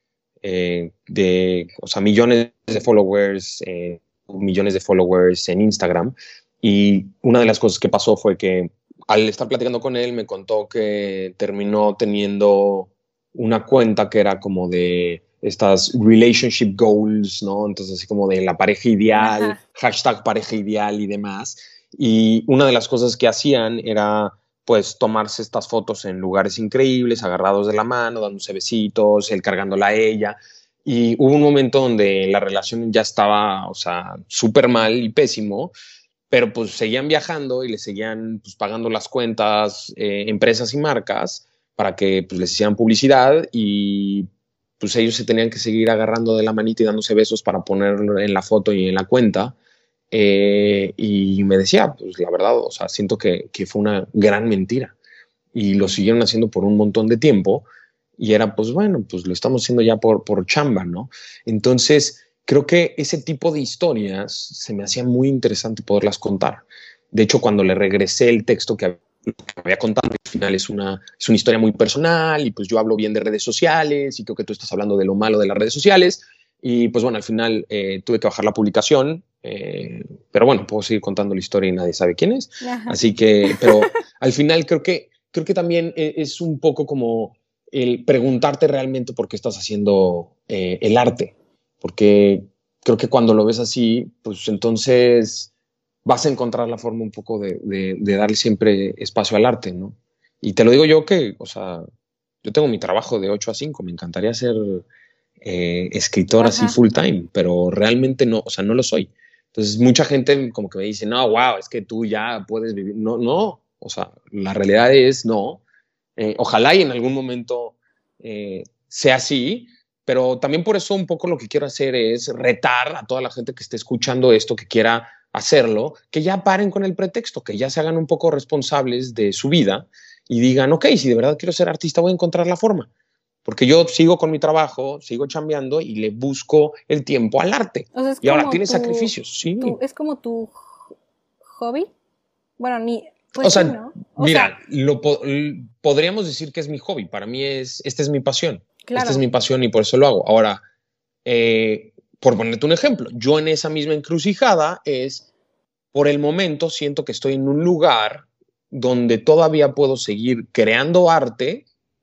eh, de, o sea, millones de followers, eh, millones de followers en Instagram, y una de las cosas que pasó fue que al estar platicando con él me contó que terminó teniendo una cuenta que era como de estas relationship goals, ¿no? Entonces así como de la pareja ideal, ajá. hashtag pareja ideal y demás. Y una de las cosas que hacían era pues tomarse estas fotos en lugares increíbles, agarrados de la mano, dándose besitos, él cargándola a ella. Y hubo un momento donde la relación ya estaba, o sea, súper mal y pésimo, pero pues seguían viajando y le seguían pues, pagando las cuentas, eh, empresas y marcas, para que pues, les hicieran publicidad y pues ellos se tenían que seguir agarrando de la manita y dándose besos para ponerlo en la foto y en la cuenta. Eh, y me decía, pues la verdad, o sea, siento que, que fue una gran mentira. Y lo siguieron haciendo por un montón de tiempo y era, pues bueno, pues lo estamos haciendo ya por, por chamba, ¿no? Entonces, creo que ese tipo de historias se me hacía muy interesante poderlas contar. De hecho, cuando le regresé el texto que había que había contado, al final es una, es una historia muy personal y pues yo hablo bien de redes sociales y creo que tú estás hablando de lo malo de las redes sociales y pues bueno, al final eh, tuve que bajar la publicación, eh, pero bueno, puedo seguir contando la historia y nadie sabe quién es. Ajá. Así que, pero al final creo que, creo que también es un poco como el preguntarte realmente por qué estás haciendo eh, el arte, porque creo que cuando lo ves así, pues entonces... vas a encontrar la forma un poco de, de, de darle siempre espacio al arte, ¿no? Y te lo digo yo que, o sea, yo tengo mi trabajo de ocho a cinco, me encantaría ser eh, escritor Ajá. así full time, pero realmente no, o sea, no lo soy. Entonces, mucha gente como que me dice, no, wow, es que tú ya puedes vivir. No, no, o sea, la realidad es no. Eh, ojalá y en algún momento eh, sea así, pero también por eso un poco lo que quiero hacer es retar a toda la gente que esté escuchando esto, que quiera hacerlo, que ya paren con el pretexto, que ya se hagan un poco responsables de su vida y digan, ok, si de verdad quiero ser artista voy a encontrar la forma, porque yo sigo con mi trabajo, sigo chambeando y le busco el tiempo al arte. O sea, y ahora tiene tu, sacrificios, sí. Tu, ¿Es como tu hobby? Bueno, ni... Pues o sea, sí, ¿no? o mira, sea, lo po podríamos decir que es mi hobby, para mí es, esta es mi pasión, claro. esta es mi pasión y por eso lo hago. Ahora, eh, por ponerte un ejemplo, yo en esa misma encrucijada es, por el momento siento que estoy en un lugar donde todavía puedo seguir creando arte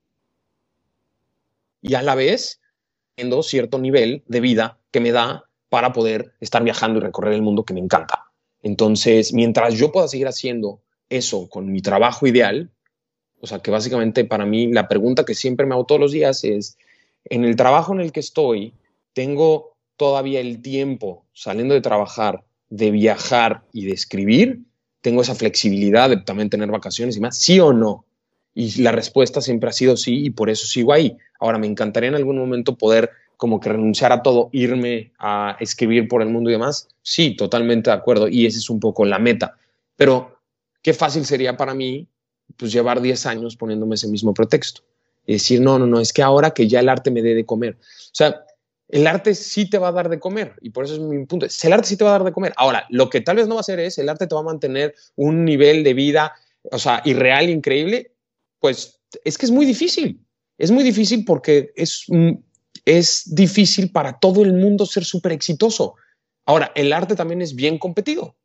y a la vez teniendo cierto nivel de vida que me da para poder estar viajando y recorrer el mundo que me encanta. Entonces, mientras yo pueda seguir haciendo eso con mi trabajo ideal, o sea que básicamente para mí la pregunta que siempre me hago todos los días es, en el trabajo en el que estoy, tengo todavía el tiempo saliendo de trabajar de viajar y de escribir, tengo esa flexibilidad de también tener vacaciones y más, ¿sí o no? Y la respuesta siempre ha sido sí, y por eso sigo ahí. Ahora, me encantaría en algún momento poder como que renunciar a todo, irme a escribir por el mundo y demás. Sí, totalmente de acuerdo, y esa es un poco la meta. Pero qué fácil sería para mí pues llevar diez años poniéndome ese mismo pretexto y decir, no, no, no, es que ahora que ya el arte me dé de comer. O sea, el arte sí te va a dar de comer, y por eso es mi punto. El arte sí te va a dar de comer. Ahora, lo que tal vez no va a hacer es, el arte te va a mantener un nivel de vida, o sea, irreal, increíble, pues es que es muy difícil. Es muy difícil porque es, es difícil para todo el mundo ser súper exitoso. Ahora, el arte también es bien competido.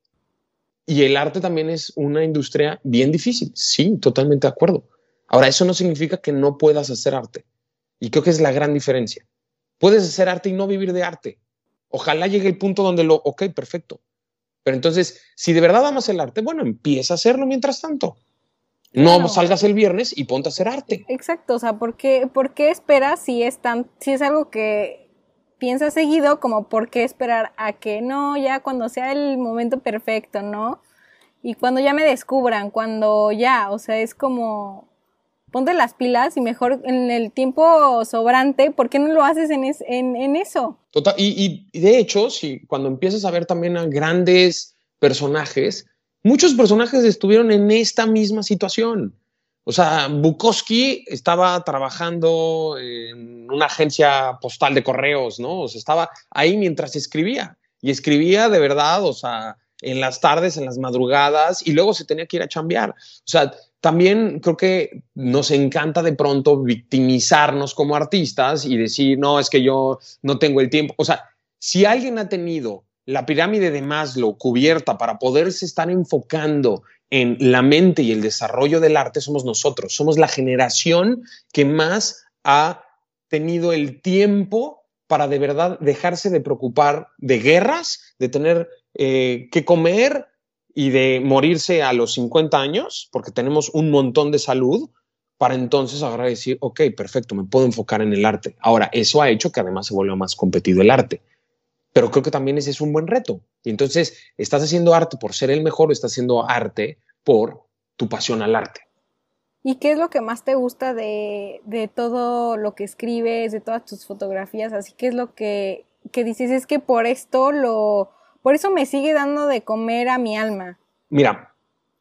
Y el arte también es una industria bien difícil. Sí, totalmente de acuerdo. Ahora, eso no significa que no puedas hacer arte. Y creo que es la gran diferencia. Puedes hacer arte y no vivir de arte. Ojalá llegue el punto donde lo, ok, perfecto. Pero entonces, si de verdad amas el arte, bueno, empieza a hacerlo mientras tanto. Claro. No salgas el viernes y ponte a hacer arte. Exacto, o sea, ¿por qué, por qué esperas si es, tan, si es algo que piensas seguido, como por qué esperar a que no, ya cuando sea el momento perfecto, ¿no? Y cuando ya me descubran, cuando ya, o sea, es como, ponte las pilas y mejor en el tiempo sobrante, ¿por qué no lo haces en, es, en, en eso? Total, y, y de hecho, si cuando empiezas a ver también a grandes personajes, muchos personajes estuvieron en esta misma situación. O sea, Bukowski estaba trabajando en una agencia postal de correos, ¿no? O sea, estaba ahí mientras escribía. Y escribía de verdad, o sea, en las tardes, en las madrugadas, y luego se tenía que ir a chambear. O sea, también creo que nos encanta de pronto victimizarnos como artistas y decir, no, es que yo no tengo el tiempo. O sea, si alguien ha tenido la pirámide de Maslow cubierta para poderse estar enfocando en la mente y el desarrollo del arte, somos nosotros. Somos la generación que más ha tenido el tiempo para de verdad dejarse de preocupar de guerras, de tener eh, que comer y de morirse a los cincuenta años, porque tenemos un montón de salud, para entonces agarrar y decir, ok, perfecto, me puedo enfocar en el arte. Ahora, eso ha hecho que además se vuelva más competido el arte. Pero creo que también ese es un buen reto. Y entonces, ¿estás haciendo arte por ser el mejor o estás haciendo arte por tu pasión al arte? ¿Y qué es lo que más te gusta de, de todo lo que escribes, de todas tus fotografías? Así que es lo que, que dices, es que por esto lo, por eso me sigue dando de comer a mi alma. Mira,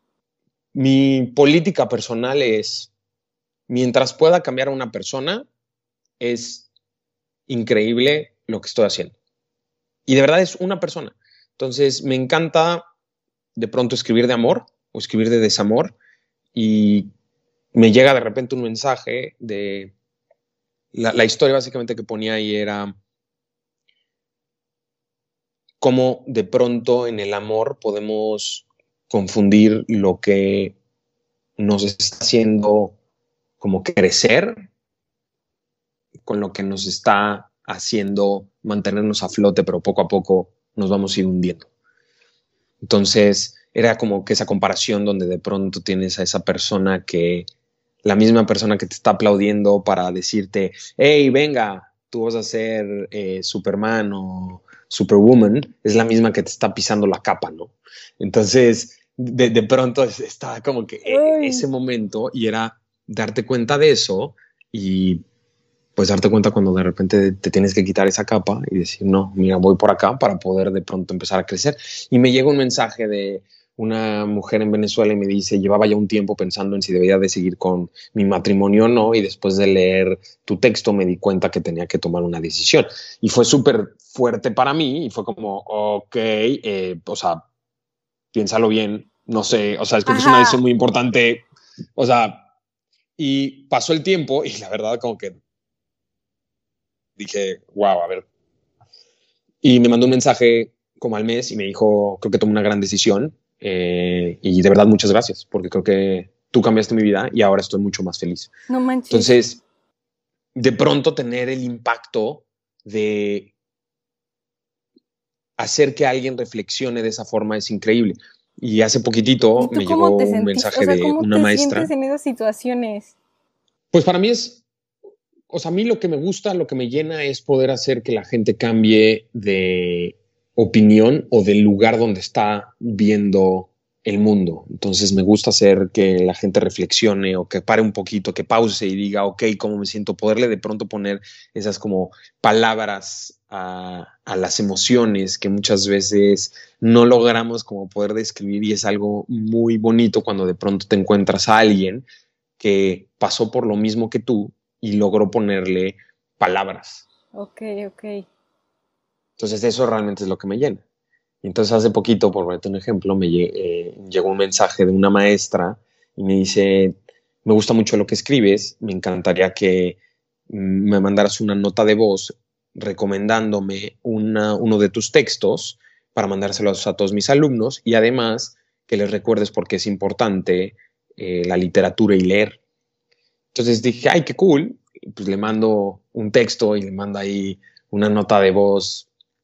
mi política personal es, mientras pueda cambiar a una persona, es increíble lo que estoy haciendo. Y de verdad es una persona. Entonces me encanta de pronto escribir de amor o escribir de desamor, y me llega de repente un mensaje de... La, la historia básicamente que ponía ahí era cómo de pronto en el amor podemos confundir lo que nos está haciendo como crecer con lo que nos está haciendo mantenernos a flote, pero poco a poco nos vamos a ir hundiendo. Entonces era como que esa comparación donde de pronto tienes a esa persona que, la misma persona que te está aplaudiendo para decirte, hey, venga, tú vas a ser eh, Superman o Superwoman, es la misma que te está pisando la capa, ¿no? Entonces de, de pronto estaba como que eh, ese momento, y era darte cuenta de eso y pues darte cuenta cuando de repente te tienes que quitar esa capa y decir, no, mira, voy por acá para poder de pronto empezar a crecer. Y me llega un mensaje de una mujer en Venezuela y me dice, llevaba ya un tiempo pensando en si debía de seguir con mi matrimonio o no, y después de leer tu texto me di cuenta que tenía que tomar una decisión. Y fue súper fuerte para mí y fue como, ok, eh, o sea, piénsalo bien, no sé, o sea, es que es una decisión muy importante, o sea, y pasó el tiempo y la verdad como que dije, wow, a ver. Y me mandó un mensaje como al mes y me dijo, creo que tomé una gran decisión eh, y de verdad muchas gracias, porque creo que tú cambiaste mi vida y ahora estoy mucho más feliz. No manches. Entonces, de pronto tener el impacto de hacer que alguien reflexione de esa forma es increíble. Y hace poquitito me llegó un mensaje, o sea, de una te maestra. ¿Sientes en esas situaciones? Pues para mí es, o sea, a mí lo que me gusta, lo que me llena es poder hacer que la gente cambie de opinión o del lugar donde está viendo el mundo. Entonces me gusta hacer que la gente reflexione o que pare un poquito, que pause y diga, ok, ¿cómo me siento? Poderle de pronto poner esas como palabras a, a las emociones que muchas veces no logramos como poder describir, y es algo muy bonito cuando de pronto te encuentras a alguien que pasó por lo mismo que tú y logró ponerle palabras. Ok, ok. Entonces eso realmente es lo que me llena. Entonces hace poquito, por ponerte un ejemplo, me eh, llegó un mensaje de una maestra y me dice, me gusta mucho lo que escribes, me encantaría que mm, me mandaras una nota de voz recomendándome una, uno de tus textos para mandárselos a todos mis alumnos, y además que les recuerdes por qué es importante eh, la literatura y leer. Entonces dije, ay, qué cool. Y pues le mando un texto y le mando ahí una nota de voz,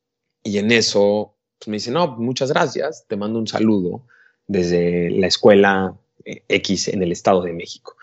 y en eso pues me dice, no, muchas gracias, te mando un saludo desde la escuela eh, X en el Estado de México.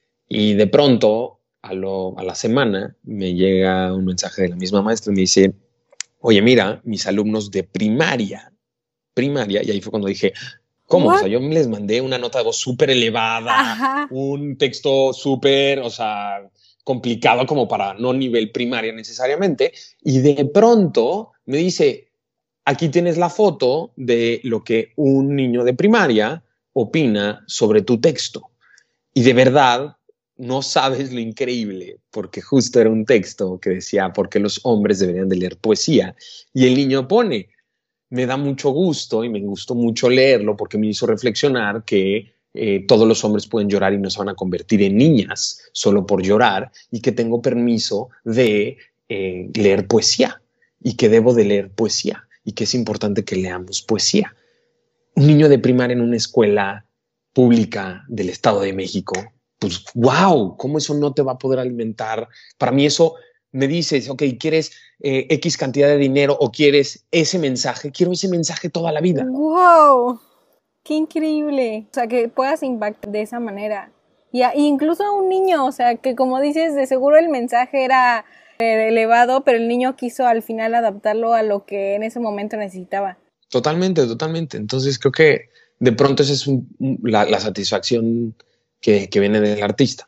Y de pronto, a, lo, a la semana, me llega un mensaje de la misma maestra y me dice, oye, mira, mis alumnos de primaria, primaria, y ahí fue cuando dije, ¿cómo? What? O sea, yo les mandé una nota de voz súper elevada, Ajá. un texto súper, o sea, complicado como para no nivel primaria necesariamente, y de pronto me dice, aquí tienes la foto de lo que un niño de primaria opina sobre tu texto. Y de verdad, no sabes lo increíble, porque justo era un texto que decía, ¿por qué los hombres deberían de leer poesía? Y el niño pone, me da mucho gusto y me gustó mucho leerlo porque me hizo reflexionar que eh, todos los hombres pueden llorar y no se van a convertir en niñas solo por llorar, y que tengo permiso de eh, leer poesía y que debo de leer poesía y que es importante que leamos poesía. Un niño de primaria en una escuela pública del Estado de México, pues wow, ¿cómo eso no te va a poder alimentar? Para mí eso me dices, ok, ¿quieres eh, X cantidad de dinero o quieres ese mensaje? Quiero ese mensaje toda la vida. ¡Wow! ¡Qué increíble! O sea, que puedas impactar de esa manera. Y a, incluso a un niño, o sea, que como dices, de seguro el mensaje era elevado, pero el niño quiso al final adaptarlo a lo que en ese momento necesitaba. Totalmente, totalmente. Entonces creo que de pronto esa es un, la, la satisfacción que, que viene del artista.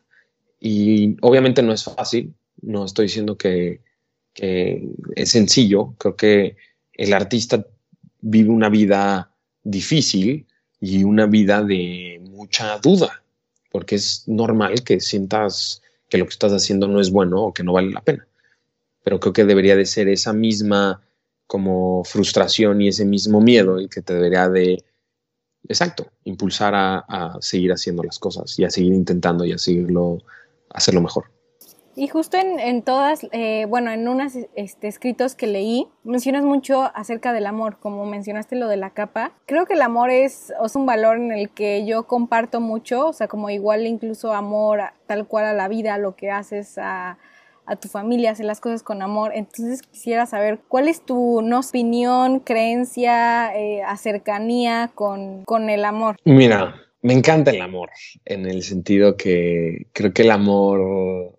Y obviamente no es fácil, no estoy diciendo que, que es sencillo. Creo que el artista vive una vida difícil y una vida de mucha duda, porque es normal que sientas que lo que estás haciendo no es bueno o que no vale la pena. Pero creo que debería de ser esa misma como frustración y ese mismo miedo el que te debería de, exacto, impulsar a, a seguir haciendo las cosas y a seguir intentando y a seguirlo, a hacerlo mejor. Y justo en, en todas, eh, bueno, en unos este, escritos que leí, mencionas mucho acerca del amor, como mencionaste lo de la capa. Creo que el amor es, es un valor en el que yo comparto mucho, o sea, como igual incluso amor tal cual a la vida, a lo que haces, a, a tu familia, hacer las cosas con amor. Entonces quisiera saber cuál es tu no, opinión, creencia, eh, cercanía con, con el amor. Mira, me encanta el amor, en el sentido que creo que el amor...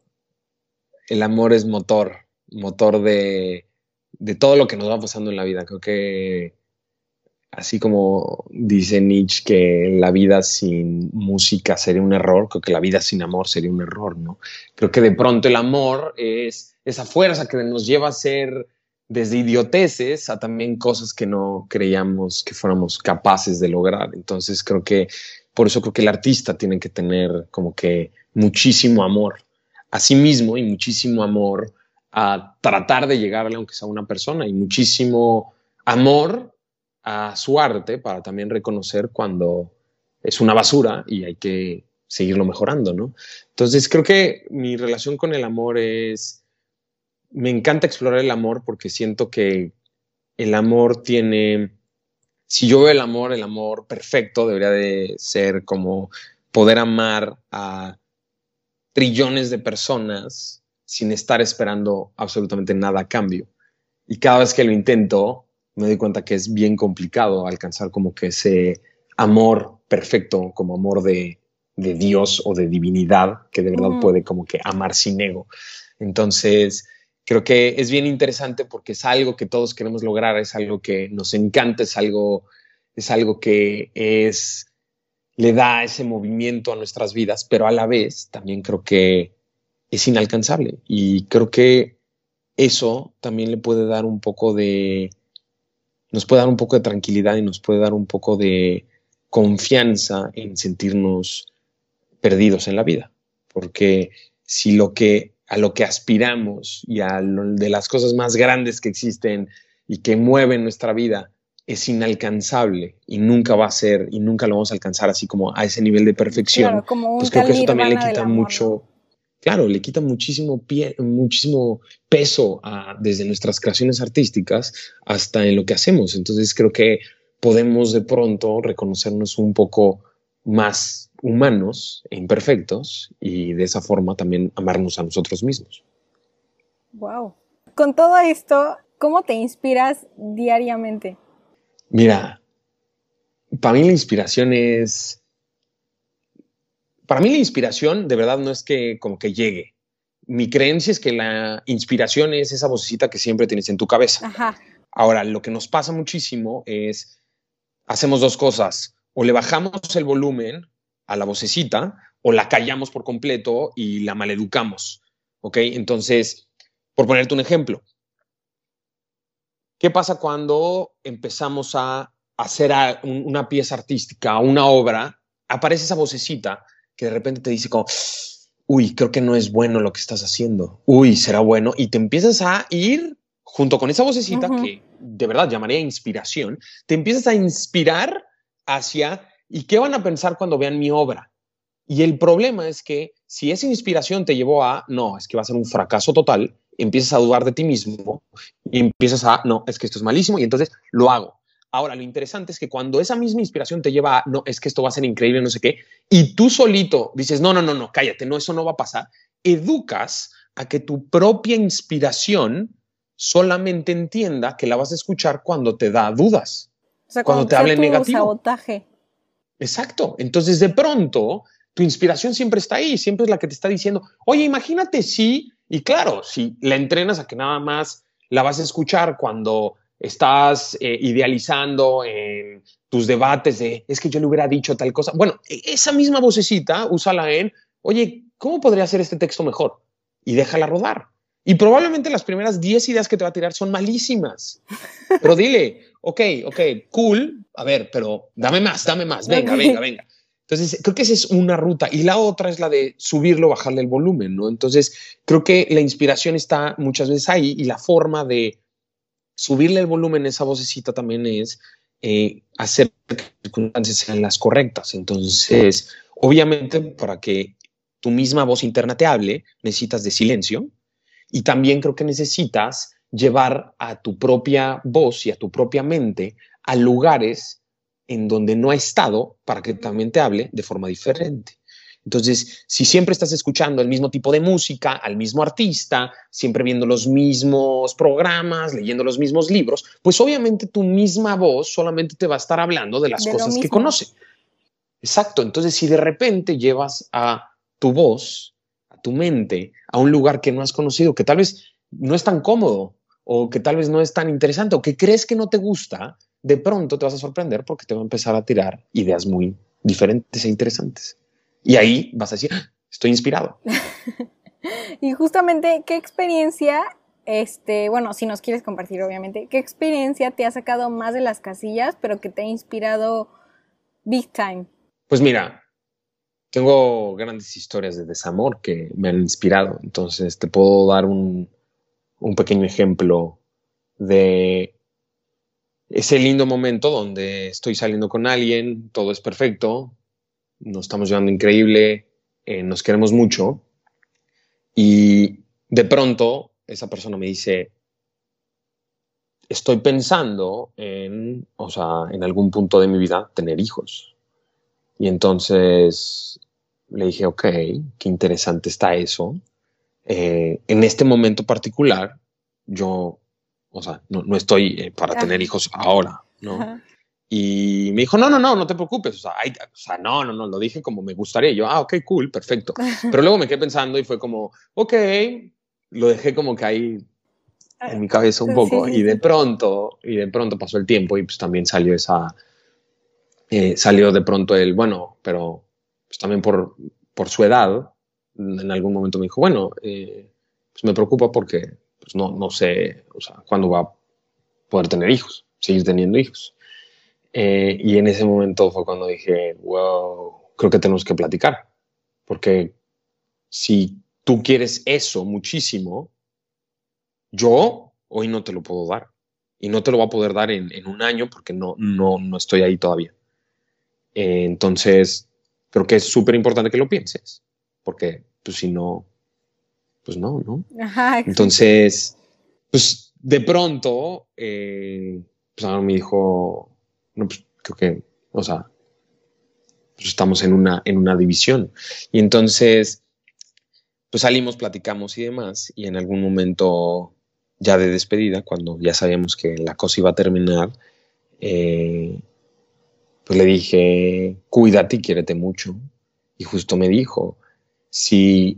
El amor es motor, motor de, de todo lo que nos va pasando en la vida. Creo que así como dice Nietzsche que la vida sin música sería un error, creo que la vida sin amor sería un error, ¿no? Creo que de pronto el amor es esa fuerza que nos lleva a ser desde idioteces a también cosas que no creíamos que fuéramos capaces de lograr. Entonces creo que por eso creo que el artista tiene que tener como que muchísimo amor a sí mismo y muchísimo amor a tratar de llegarle aunque sea a una persona, y muchísimo amor a su arte para también reconocer cuando es una basura y hay que seguirlo mejorando, ¿no? Entonces creo que mi relación con el amor es, me encanta explorar el amor porque siento que el amor tiene, si yo veo el amor, el amor perfecto debería de ser como poder amar a trillones de personas sin estar esperando absolutamente nada a cambio. Y cada vez que lo intento, me doy cuenta que es bien complicado alcanzar como que ese amor perfecto, como amor de, de Dios o de divinidad, que de verdad Uh-huh. puede como que amar sin ego. Entonces, creo que es bien interesante porque es algo que todos queremos lograr, es algo que nos encanta, es algo, es algo que es, le da ese movimiento a nuestras vidas, pero a la vez también creo que es inalcanzable. Y creo que eso también le puede dar un poco de, nos puede dar un poco de tranquilidad y nos puede dar un poco de confianza en sentirnos perdidos en la vida. Porque si lo que, a lo que aspiramos y a lo de las cosas más grandes que existen y que mueven nuestra vida es inalcanzable y nunca va a ser y nunca lo vamos a alcanzar así como a ese nivel de perfección, Claro, como un pues creo que eso también le Nirvana del quita amor, mucho, ¿no? claro, le quita muchísimo, pie, muchísimo peso a, desde nuestras creaciones artísticas hasta en lo que hacemos. Entonces creo que podemos de pronto reconocernos un poco más humanos e imperfectos y de esa forma también amarnos a nosotros mismos. Wow. Con todo esto, ¿cómo te inspiras diariamente? Mira, para mí la inspiración es... Para mí la inspiración de verdad no es que como que llegue. Mi creencia es que la inspiración es esa vocecita que siempre tienes en tu cabeza. Ajá. Ahora, lo que nos pasa muchísimo es, hacemos dos cosas. O le bajamos el volumen a la vocecita o la callamos por completo y la maleducamos. ¿Ok? Entonces, por ponerte un ejemplo, ¿qué pasa cuando empezamos a hacer una pieza artística, una obra? Aparece esa vocecita que de repente te dice como, uy, creo que no es bueno lo que estás haciendo. Uy, será bueno. Y te empiezas a ir junto con esa vocecita uh-huh. que de verdad llamaría inspiración. Te empiezas a inspirar hacia, ¿y qué van a pensar cuando vean mi obra? Y el problema es que si esa inspiración te llevó a, no, es que va a ser un fracaso total, empiezas a dudar de ti mismo y empiezas a, no, es que esto es malísimo y entonces lo hago. Ahora, lo interesante es que cuando esa misma inspiración te lleva a, no, es que esto va a ser increíble, no sé qué, y tú solito dices, no, no, no, no, cállate, no, eso no va a pasar, educas a que tu propia inspiración solamente entienda que la vas a escuchar cuando te da dudas, o sea, cuando, cuando te hable negativo. Sabotaje. Exacto. Entonces, de pronto, tu inspiración siempre está ahí, siempre es la que te está diciendo, oye, imagínate si, y claro, si la entrenas a que nada más la vas a escuchar cuando estás eh, idealizando en tus debates de, es que yo le hubiera dicho tal cosa. Bueno, esa misma vocecita, úsala en, oye, ¿cómo podría hacer este texto mejor? Y déjala rodar. Y probablemente las primeras diez ideas que te va a tirar son malísimas. Pero dile, ok, ok, cool, a ver, pero dame más, dame más, venga, okay. venga, venga. Entonces, creo que esa es una ruta. Y la otra es la de subirlo, bajarle el volumen, ¿no? Entonces, creo que la inspiración está muchas veces ahí y la forma de subirle el volumen a esa vocecita también es eh, hacer que las circunstancias sean las correctas. Entonces, obviamente, para que tu misma voz interna te hable, necesitas de silencio y también creo que necesitas llevar a tu propia voz y a tu propia mente a lugares en donde no ha estado para que también te hable de forma diferente. Entonces, si siempre estás escuchando el mismo tipo de música, al mismo artista, siempre viendo los mismos programas, leyendo los mismos libros, pues obviamente tu misma voz solamente te va a estar hablando de las de cosas que conoce. Exacto. Entonces, si de repente llevas a tu voz, a tu mente, a un lugar que no has conocido, que tal vez no es tan cómodo o que tal vez no es tan interesante o que crees que no te gusta, de pronto te vas a sorprender porque te va a empezar a tirar ideas muy diferentes e interesantes. Y ahí vas a decir, estoy inspirado. Y justamente, ¿qué experiencia, este, bueno, si nos quieres compartir, obviamente, qué experiencia te ha sacado más de las casillas, pero que te ha inspirado big time? Pues mira, tengo grandes historias de desamor que me han inspirado. Entonces, te puedo dar un, un pequeño ejemplo de ese lindo momento donde estoy saliendo con alguien, todo es perfecto, nos estamos llevando increíble, eh, nos queremos mucho y de pronto esa persona me dice, estoy pensando en, o sea, en algún punto de mi vida tener hijos. Y entonces le dije, ok, qué interesante está eso. Eh, en este momento particular, yo, o sea, no, no estoy eh, para Ajá. tener hijos ahora, ¿no? Ajá. Y me dijo, no, no, no, no te preocupes. O sea, hay, o sea, no, no, no, lo dije como me gustaría. Y yo, ah, ok, cool, perfecto. Pero luego me quedé pensando y fue como, ok, lo dejé como que ahí en mi cabeza un poco, sí, sí, y de pronto, y de pronto pasó el tiempo y pues también salió esa, eh, salió de pronto el, bueno, pero pues también por, por su edad, en algún momento me dijo, bueno, eh, pues me preocupa porque pues no, no sé, o sea, cuándo va a poder tener hijos, seguir teniendo hijos. Eh, y en ese momento fue cuando dije, wow, creo que tenemos que platicar, porque si tú quieres eso muchísimo, yo hoy no te lo puedo dar. Y no te lo voy a poder dar en, en un año porque no, no, no estoy ahí todavía. Eh, entonces, creo que es súper importante que lo pienses. Porque, pues, si no, pues no, ¿no? Ajá, entonces, pues, de pronto, eh, pues, ahora me dijo, no, pues, creo que, o sea, pues estamos en una, en una división. Y entonces, pues salimos, platicamos y demás. Y en algún momento ya de despedida, cuando ya sabíamos que la cosa iba a terminar, eh, pues le dije, cuídate y quiérete mucho. Y justo me dijo, si,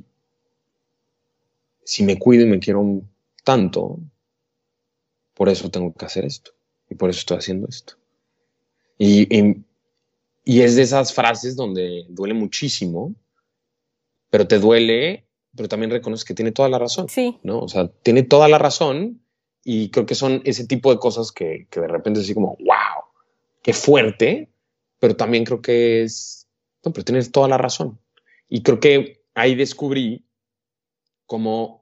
si me cuido y me quiero tanto, por eso tengo que hacer esto. Y por eso estoy haciendo esto. Y, y, y es de esas frases donde duele muchísimo, pero te duele, pero también reconoces que tiene toda la razón. Sí. ¿No? O sea, tiene toda la razón. Y creo que son ese tipo de cosas que, que de repente es así como, wow, qué fuerte, pero también creo que es, no, pero tienes toda la razón. Y creo que ahí descubrí cómo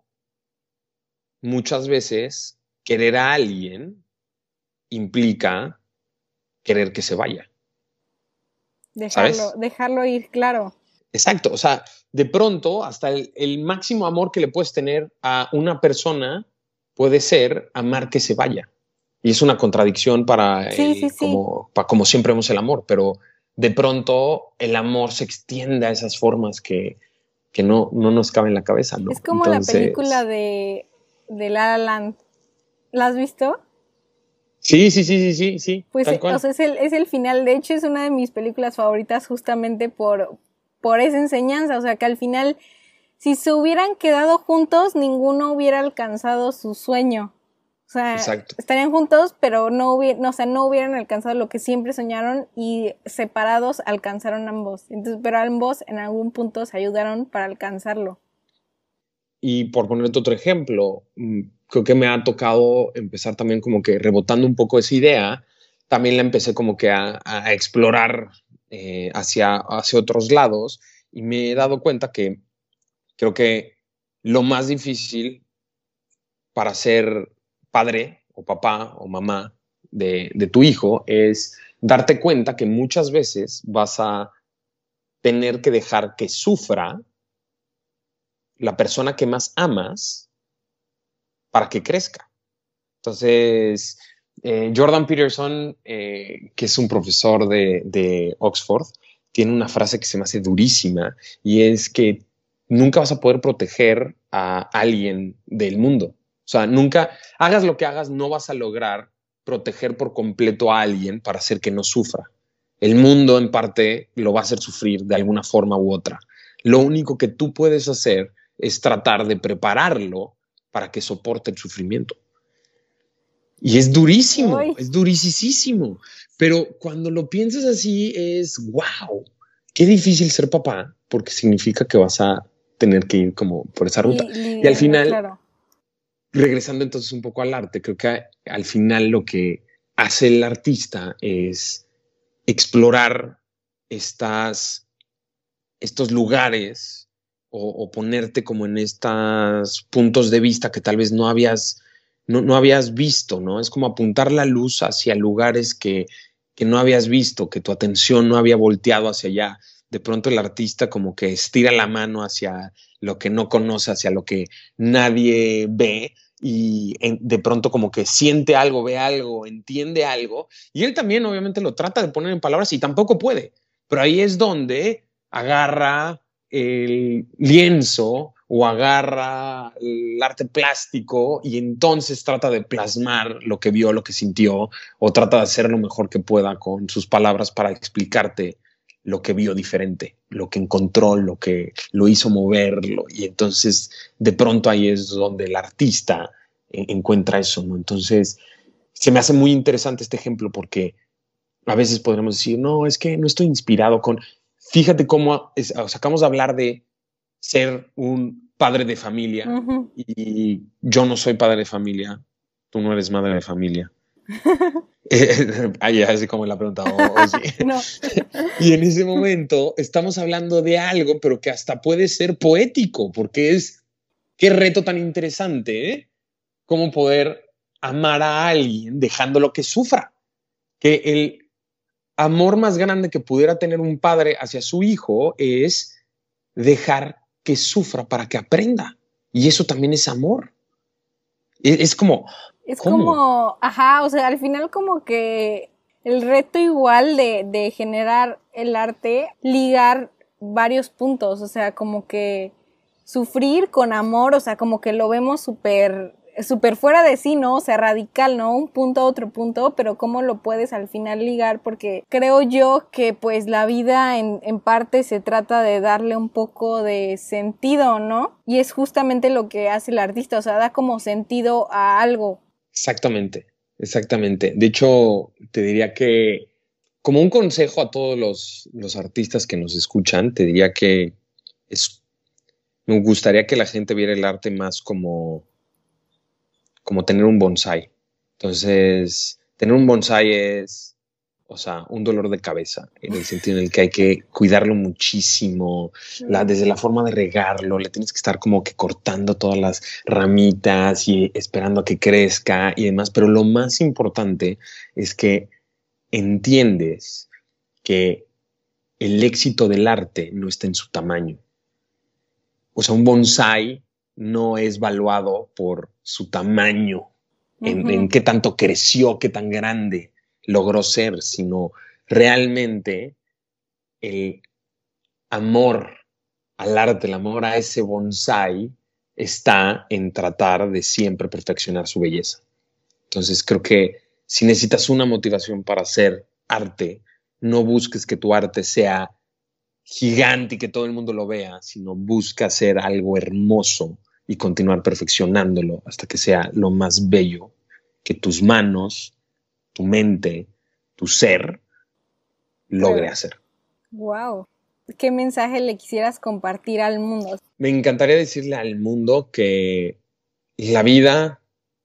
muchas veces querer a alguien implica querer que se vaya. Dejarlo, ¿sabes? dejarlo ir, claro. Exacto, o sea, de pronto hasta el, el máximo amor que le puedes tener a una persona puede ser amar que se vaya. Y es una contradicción para, sí, el, sí, sí. Como, para como siempre vemos el amor, pero de pronto el amor se extiende a esas formas que, que no, no nos caben en la cabeza, ¿no? Es como Entonces, la película de, de La La Land. ¿La has visto? Sí, sí, sí, sí, sí, sí. Pues, tal cual. o sea, es el, es el final. De hecho, es una de mis películas favoritas justamente por, por esa enseñanza. O sea, que al final, si se hubieran quedado juntos, ninguno hubiera alcanzado su sueño. O sea, Exacto. estarían juntos, pero no, hubiera, no, o sea, no hubieran alcanzado lo que siempre soñaron, y separados alcanzaron ambos. Entonces, pero ambos en algún punto se ayudaron para alcanzarlo. Y por ponerte otro ejemplo, creo que me ha tocado empezar también como que rebotando un poco esa idea, también la empecé como que a, a explorar eh, hacia, hacia otros lados, y me he dado cuenta que creo que lo más difícil para ser padre o papá o mamá de, de tu hijo es darte cuenta que muchas veces vas a tener que dejar que sufra la persona que más amas para que crezca. Entonces, eh, Jordan Peterson, eh, que es un profesor de, de Oxford, tiene una frase que se me hace durísima, y es que nunca vas a poder proteger a alguien del mundo. O sea, nunca, hagas lo que hagas, no vas a lograr proteger por completo a alguien para hacer que no sufra. El mundo, en parte, lo va a hacer sufrir de alguna forma u otra. Lo único que tú puedes hacer es tratar de prepararlo para que soporte el sufrimiento. Y es durísimo, Ay. es durisísimo. Pero cuando lo piensas así es, wow, qué difícil ser papá, porque significa que vas a tener que ir como por esa ruta. Y, y, y al final, claro. regresando entonces un poco al arte, creo que al final lo que hace el artista es explorar estas, estos lugares o, o ponerte como en estos puntos de vista que tal vez no habías... No, no habías visto, ¿no? Es como apuntar la luz hacia lugares que, que no habías visto, que tu atención no había volteado hacia allá. De pronto el artista como que estira la mano hacia lo que no conoce, hacia lo que nadie ve, y en, de pronto como que siente algo, ve algo, entiende algo, y él también obviamente lo trata de poner en palabras y tampoco puede, pero ahí es donde agarra el lienzo o agarra el arte plástico y entonces trata de plasmar lo que vio, lo que sintió, o trata de hacer lo mejor que pueda con sus palabras para explicarte lo que vio diferente, lo que encontró, lo que lo hizo moverlo. Y entonces de pronto ahí es donde el artista eh, encuentra eso, ¿no? Entonces, se me hace muy interesante este ejemplo porque a veces podremos decir, no, es que no estoy inspirado con... Fíjate cómo es, o sea, acabamos de hablar de ser un padre de familia uh-huh. y yo no soy padre de familia, tú no eres madre de familia. Ahí así como la pregunta, oh, oh, sí. No. Y en ese momento estamos hablando de algo, pero que hasta puede ser poético, porque es, qué reto tan interesante, ¿eh? Cómo poder amar a alguien dejándolo que sufra. Que el amor más grande que pudiera tener un padre hacia su hijo es dejar que sufra para que aprenda. Y eso también es amor. Es, es como... Es ¿cómo? Como, ajá, o sea, al final como que el reto igual de, de generar el arte, ligar varios puntos, o sea, como que sufrir con amor, o sea, como que lo vemos súper súper fuera de sí, ¿no? O sea, radical, ¿no? Un punto a otro punto, pero cómo lo puedes al final ligar, porque creo yo que pues la vida en, en parte se trata de darle un poco de sentido, ¿no? Y es justamente lo que hace el artista, o sea, da como sentido a algo. Exactamente, exactamente. De hecho, te diría que como un consejo a todos los, los artistas que nos escuchan, te diría que es, me gustaría que la gente viera el arte más como, como tener un bonsái. Entonces, tener un bonsái es, o sea, un dolor de cabeza, en el sentido en el que hay que cuidarlo muchísimo, la, desde la forma de regarlo, le tienes que estar como que cortando todas las ramitas y esperando a que crezca y demás, pero lo más importante es que entiendes que el éxito del arte no está en su tamaño. O sea, un bonsái no es valuado por su tamaño, uh-huh. en, en qué tanto creció, qué tan grande logró ser, sino realmente el amor al arte, el amor a ese bonsái está en tratar de siempre perfeccionar su belleza. Entonces creo que si necesitas una motivación para hacer arte, no busques que tu arte sea gigante y que todo el mundo lo vea, sino busca hacer algo hermoso y continuar perfeccionándolo hasta que sea lo más bello que tus manos, tu mente, tu ser logre hacer. Wow. ¿Qué mensaje le quisieras compartir al mundo? Me encantaría decirle al mundo que la vida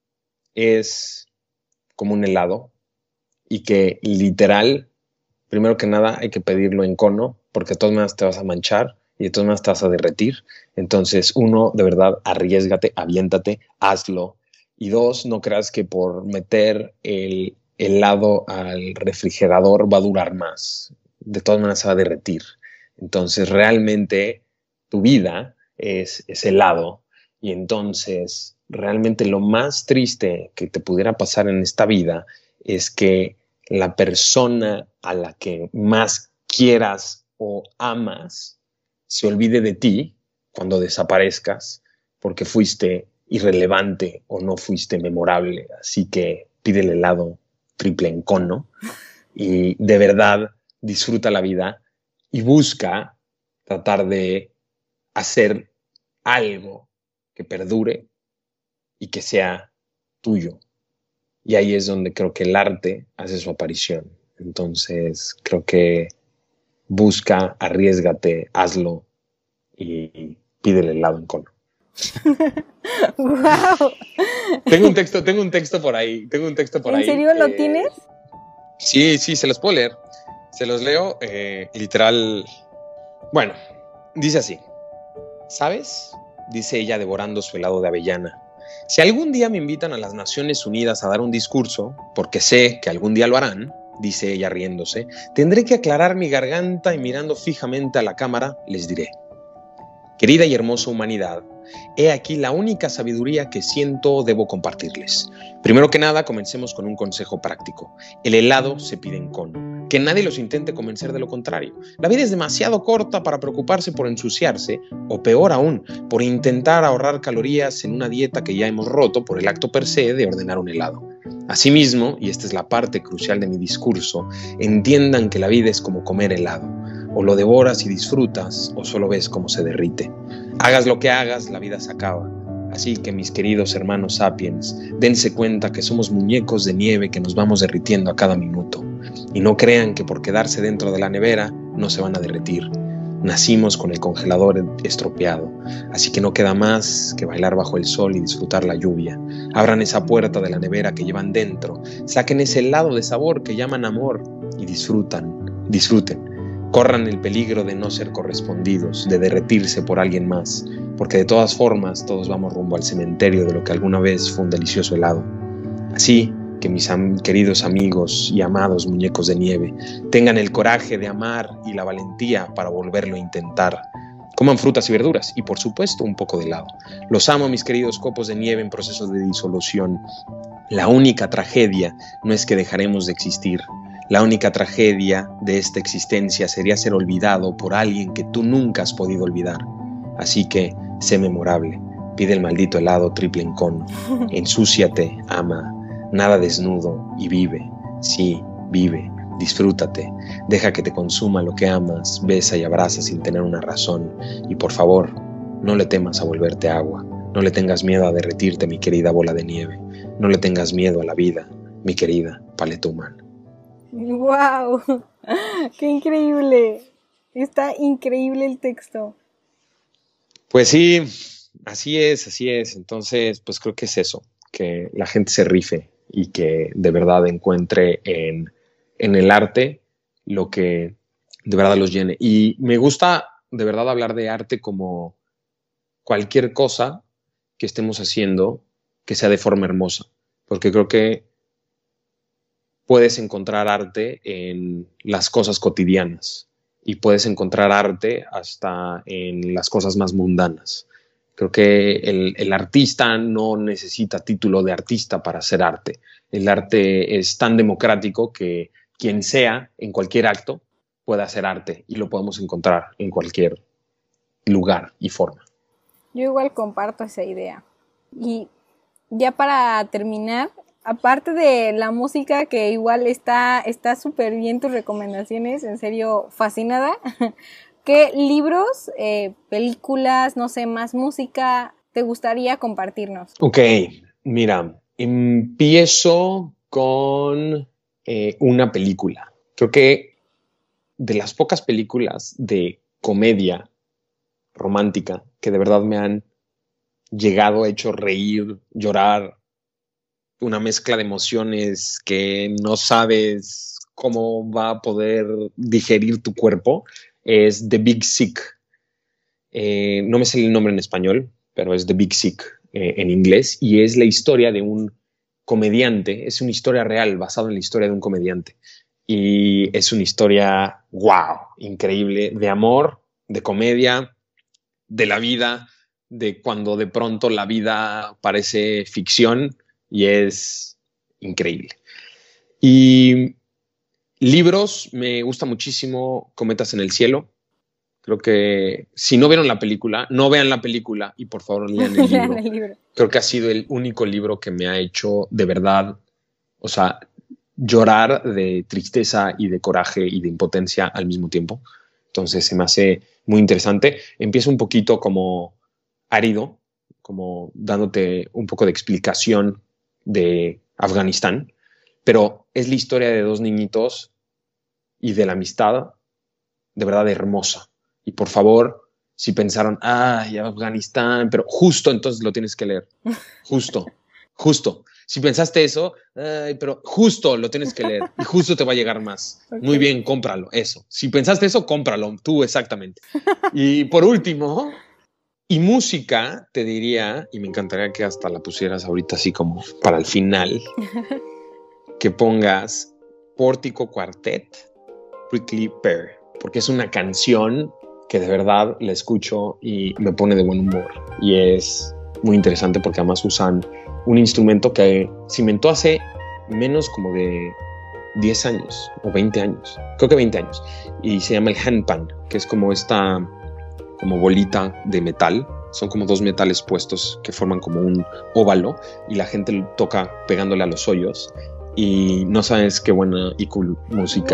es como un helado y que literal, primero que nada, hay que pedirlo en cono porque de todas maneras te vas a manchar y de todas maneras te vas a derretir. Entonces, uno, de verdad, arriésgate, aviéntate, hazlo. Y dos, no creas que por meter el helado al refrigerador va a durar más. De todas maneras se va a derretir. Entonces, realmente tu vida es, es helado. Y entonces, realmente lo más triste que te pudiera pasar en esta vida es que la persona a la que más quieras o amas se olvide de ti cuando desaparezcas porque fuiste irrelevante o no fuiste memorable. Así que pídele helado triple en cono y de verdad disfruta la vida y busca tratar de hacer algo que perdure y que sea tuyo. Y ahí es donde creo que el arte hace su aparición. Entonces creo que busca, arriésgate, hazlo y pídele helado en cono. Wow. Tengo un texto, tengo un texto por ahí, tengo un texto por ¿En ahí. ¿En serio que... lo tienes? Sí, sí, se los puedo leer. Se los leo eh, literal. Bueno, dice así. ¿Sabes? Dice ella devorando su helado de avellana. Si algún día me invitan a las Naciones Unidas a dar un discurso, porque sé que algún día lo harán, dice ella riéndose, tendré que aclarar mi garganta y mirando fijamente a la cámara les diré: querida y hermosa humanidad, he aquí la única sabiduría que siento debo compartirles. Primero que nada, comencemos con un consejo práctico. El helado se pide en cono. Que nadie los intente convencer de lo contrario. La vida es demasiado corta para preocuparse por ensuciarse, o peor aún, por intentar ahorrar calorías en una dieta que ya hemos roto por el acto per se de ordenar un helado. Asimismo, y esta es la parte crucial de mi discurso, entiendan que la vida es como comer helado. O lo devoras y disfrutas, o solo ves cómo se derrite. Hagas lo que hagas, la vida se acaba. Así que mis queridos hermanos sapiens, dense cuenta que somos muñecos de nieve que nos vamos derritiendo a cada minuto. Y no crean que por quedarse dentro de la nevera no se van a derretir. Nacimos con el congelador estropeado, así que no queda más que bailar bajo el sol y disfrutar la lluvia. Abran esa puerta de la nevera que llevan dentro, saquen ese helado de sabor que llaman amor y disfrutan, disfruten. Corran el peligro de no ser correspondidos, de derretirse por alguien más, porque de todas formas todos vamos rumbo al cementerio de lo que alguna vez fue un delicioso helado. Así que mis am- queridos amigos y amados muñecos de nieve tengan el coraje de amar y la valentía para volverlo a intentar. Coman frutas y verduras y por supuesto un poco de helado. Los amo, mis queridos copos de nieve en proceso de disolución. La única tragedia no es que dejaremos de existir. La única tragedia de esta existencia sería ser olvidado por alguien que tú nunca has podido olvidar. Así que sé memorable. Pide el maldito helado triple en cono. Ensúciate, ama. Nada desnudo y vive. Sí, vive. Disfrútate. Deja que te consuma lo que amas. Besa y abraza sin tener una razón. Y por favor, no le temas a volverte agua. No le tengas miedo a derretirte, mi querida bola de nieve. No le tengas miedo a la vida, mi querida paleta humana. ¡Wow! ¡Qué increíble! Está increíble el texto. Pues sí, así es, así es. Entonces, pues creo que es eso, que la gente se rife y que de verdad encuentre en, en el arte lo que de verdad los llene. Y me gusta de verdad hablar de arte como cualquier cosa que estemos haciendo que sea de forma hermosa, porque creo que puedes encontrar arte en las cosas cotidianas y puedes encontrar arte hasta en las cosas más mundanas. Creo que el, el artista no necesita título de artista para hacer arte. El arte es tan democrático que quien sea, en cualquier acto, puede hacer arte y lo podemos encontrar en cualquier lugar y forma. Yo igual comparto esa idea. Y ya para terminar, aparte de la música, que igual está está súper bien tus recomendaciones, en serio fascinada, ¿qué libros, eh, películas, no sé, más música te gustaría compartirnos? Ok, mira, empiezo con eh, una película. Creo que de las pocas películas de comedia romántica que de verdad me han llegado, hecho reír, llorar, una mezcla de emociones que no sabes cómo va a poder digerir tu cuerpo, es The Big Sick. Eh, no me sé el nombre en español, pero es The Big Sick eh, en inglés, y es la historia de un comediante, es una historia real basada en la historia de un comediante. Y es una historia, wow, increíble, de amor, de comedia, de la vida, de cuando de pronto la vida parece ficción, y es increíble. Y libros, me gusta muchísimo Cometas en el cielo. Creo que si no vieron la película, no vean la película y por favor lean el libro. el libro. Creo que ha sido el único libro que me ha hecho de verdad, o sea, llorar de tristeza y de coraje y de impotencia al mismo tiempo. Entonces se me hace muy interesante. Empieza un poquito como árido, como dándote un poco de explicación de Afganistán, pero es la historia de dos niñitos y de la amistad de verdad hermosa. Y por favor, si pensaron, ay, Afganistán, pero justo entonces lo tienes que leer. Justo, justo. Si pensaste eso, ay, pero justo lo tienes que leer y justo te va a llegar más. Okay. Muy bien, cómpralo, eso. Si pensaste eso, cómpralo, tú exactamente. Y por último, y música, te diría, y me encantaría que hasta la pusieras ahorita así como para el final, que pongas Pórtico Quartet, Prickly Pear, porque es una canción que de verdad la escucho y me pone de buen humor. Y es muy interesante porque además usan un instrumento que se inventó hace menos como de diez años o veinte años, creo que veinte años, y se llama el handpan, que es como esta como bolita de metal. Son como dos metales puestos que forman como un óvalo y la gente lo toca pegándole a los hoyos y no sabes qué buena y cool música wow.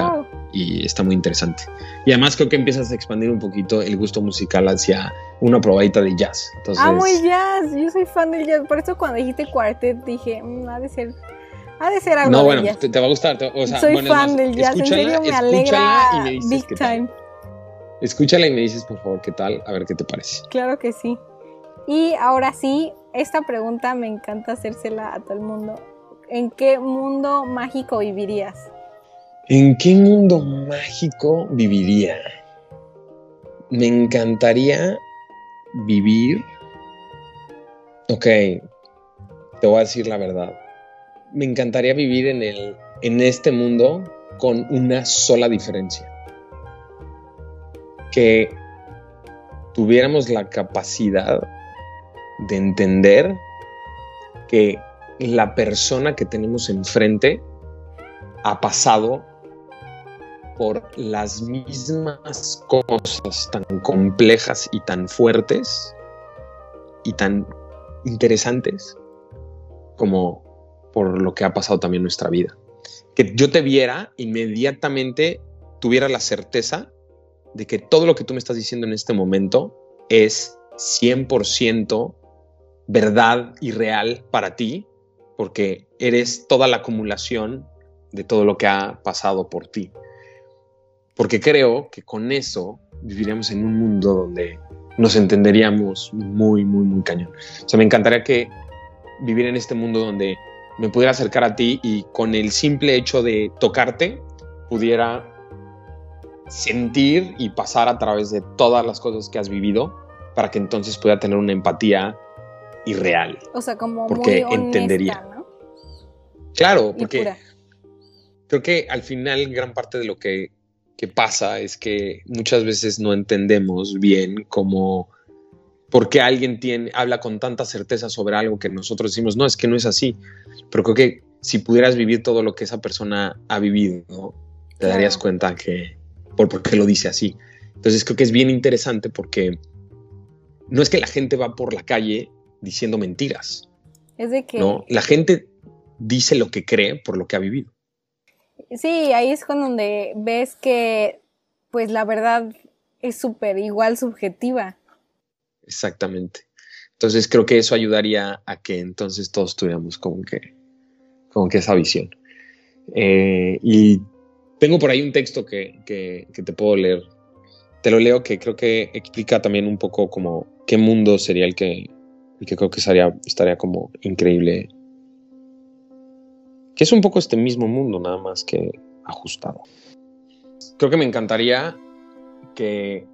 y está muy interesante. Y además creo que empiezas a expandir un poquito el gusto musical hacia una probadita de jazz. Entonces, amo el jazz, yo soy fan del jazz, por eso cuando dijiste cuartet dije, mmm, ha de ser, ha de ser algo no, de bueno, jazz. Te, te va a gustar. Te, o sea, soy bueno, fan más, del jazz, en serio me alegra y me dices big qué time. Tal. Escúchala y me dices por favor qué tal, a ver qué te parece. Claro que sí. Y ahora sí, esta pregunta me encanta hacérsela a todo el mundo. ¿En qué mundo mágico vivirías? ¿En qué mundo mágico viviría? Me encantaría vivir... Ok, te voy a decir la verdad. Me encantaría vivir en, el, en este mundo con una sola diferencia. Que tuviéramos la capacidad de entender que la persona que tenemos enfrente ha pasado por las mismas cosas tan complejas y tan fuertes y tan interesantes como por lo que ha pasado también en nuestra vida. Que yo te viera inmediatamente, tuviera la certeza de que todo lo que tú me estás diciendo en este momento es cien por ciento verdad y real para ti, porque eres toda la acumulación de todo lo que ha pasado por ti. Porque creo que con eso viviríamos en un mundo donde nos entenderíamos muy, muy, muy cañón. O sea, me encantaría que vivir en este mundo donde me pudiera acercar a ti y con el simple hecho de tocarte pudiera sentir y pasar a través de todas las cosas que has vivido para que entonces pueda tener una empatía irreal. O sea, como porque muy honesta, entendería. ¿no? Claro, porque Y pura. Creo que al final gran parte de lo que, que pasa es que muchas veces no entendemos bien cómo, por qué alguien tiene, habla con tanta certeza sobre algo que nosotros decimos, no, es que no es así. Pero creo que si pudieras vivir todo lo que esa persona ha vivido, ¿no? Te Claro. darías cuenta que por, por qué lo dice así. Entonces creo que es bien interesante porque no es que la gente va por la calle diciendo mentiras, Es de que... ¿no? La gente dice lo que cree por lo que ha vivido. Sí, ahí es con donde ves que pues la verdad es súper igual subjetiva. Exactamente. Entonces creo que eso ayudaría a que entonces todos tuviéramos como que, como que esa visión. Eh, y tengo por ahí un texto que, que, que te puedo leer. Te lo leo, que creo que explica también un poco como qué mundo sería el que, el que creo que estaría, estaría como increíble. Que es un poco este mismo mundo, nada más que ajustado. Creo que me encantaría que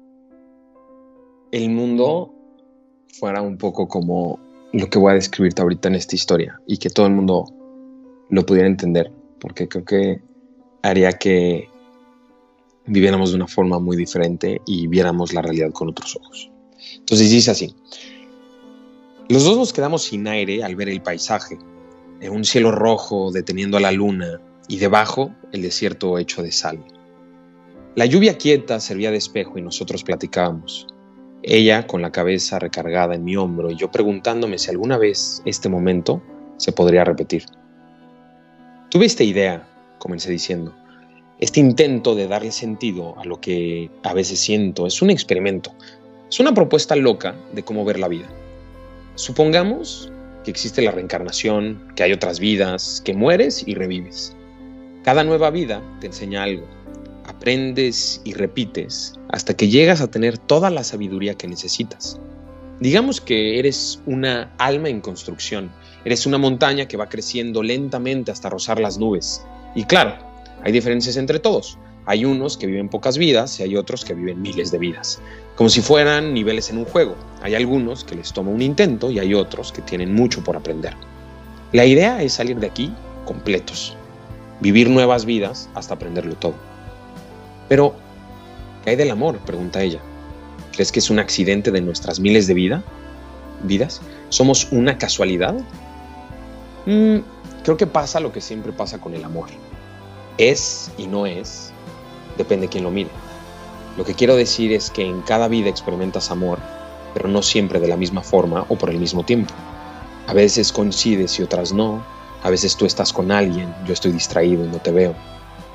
el mundo fuera un poco como lo que voy a describirte ahorita en esta historia y que todo el mundo lo pudiera entender, porque creo que haría que viviéramos de una forma muy diferente y viéramos la realidad con otros ojos. Entonces dice así: los dos nos quedamos sin aire al ver el paisaje, en un cielo rojo deteniendo a la luna y debajo el desierto hecho de sal. La lluvia quieta servía de espejo y nosotros platicábamos. Ella con la cabeza recargada en mi hombro y yo preguntándome si alguna vez este momento se podría repetir. Tuve esta idea, comencé diciendo. Este intento de darle sentido a lo que a veces siento es un experimento. Es una propuesta loca de cómo ver la vida. Supongamos que existe la reencarnación, que hay otras vidas, que mueres y revives. Cada nueva vida te enseña algo. Aprendes y repites hasta que llegas a tener toda la sabiduría que necesitas. Digamos que eres una alma en construcción. Eres una montaña que va creciendo lentamente hasta rozar las nubes. Y claro, hay diferencias entre todos. Hay unos que viven pocas vidas y hay otros que viven miles de vidas. Como si fueran niveles en un juego. Hay algunos que les toma un intento y hay otros que tienen mucho por aprender. La idea es salir de aquí completos. Vivir nuevas vidas hasta aprenderlo todo. Pero, ¿qué hay del amor?, pregunta ella. ¿Crees que es un accidente de nuestras miles de vida? vidas? ¿Somos una casualidad? Mm, creo que pasa lo que siempre pasa con el amor. Es y no es, depende de quién lo mire. Lo que quiero decir es que en cada vida experimentas amor, pero no siempre de la misma forma o por el mismo tiempo. A veces coincides y otras no. A veces tú estás con alguien, yo estoy distraído y no te veo.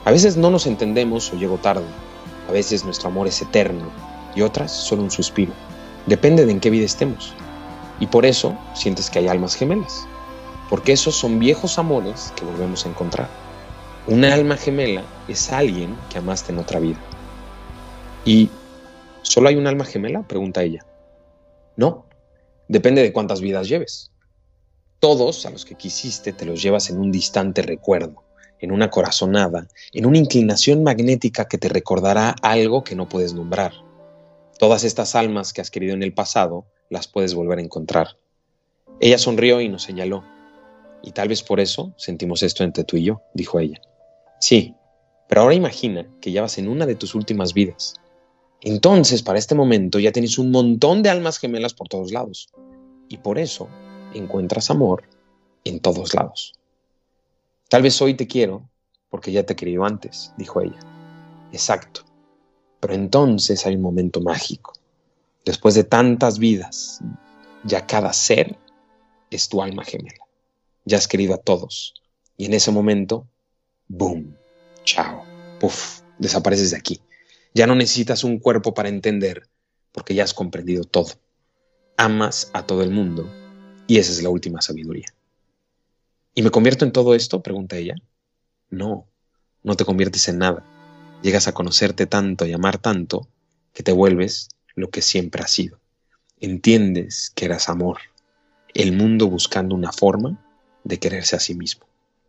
A veces no nos entendemos o llego tarde. A veces nuestro amor es eterno y otras solo un suspiro. Depende de en qué vida estemos. Y por eso sientes que hay almas gemelas. Porque esos son viejos amores que volvemos a encontrar. Una alma gemela es alguien que amaste en otra vida. ¿Y solo hay un alma gemela?, pregunta ella. No, depende de cuántas vidas lleves. Todos a los que quisiste te los llevas en un distante recuerdo, en una corazonada, en una inclinación magnética que te recordará algo que no puedes nombrar. Todas estas almas que has querido en el pasado las puedes volver a encontrar. Ella sonrió y nos señaló. Y tal vez por eso sentimos esto entre tú y yo, dijo ella. Sí, pero ahora imagina que ya vas en una de tus últimas vidas. Entonces, para este momento ya tienes un montón de almas gemelas por todos lados. Y por eso encuentras amor en todos lados. Tal vez hoy te quiero porque ya te he querido antes, dijo ella. Exacto. Pero entonces hay un momento mágico. Después de tantas vidas, ya cada ser es tu alma gemela. Ya has querido a todos. Y en ese momento, ¡boom! ¡Chao! ¡Puf! Desapareces de aquí. Ya no necesitas un cuerpo para entender, porque ya has comprendido todo. Amas a todo el mundo, y esa es la última sabiduría. ¿Y me convierto en todo esto?, pregunta ella. No, no te conviertes en nada. Llegas a conocerte tanto y amar tanto, que te vuelves lo que siempre has sido. Entiendes que eras amor, el mundo buscando una forma de quererse a sí mismo.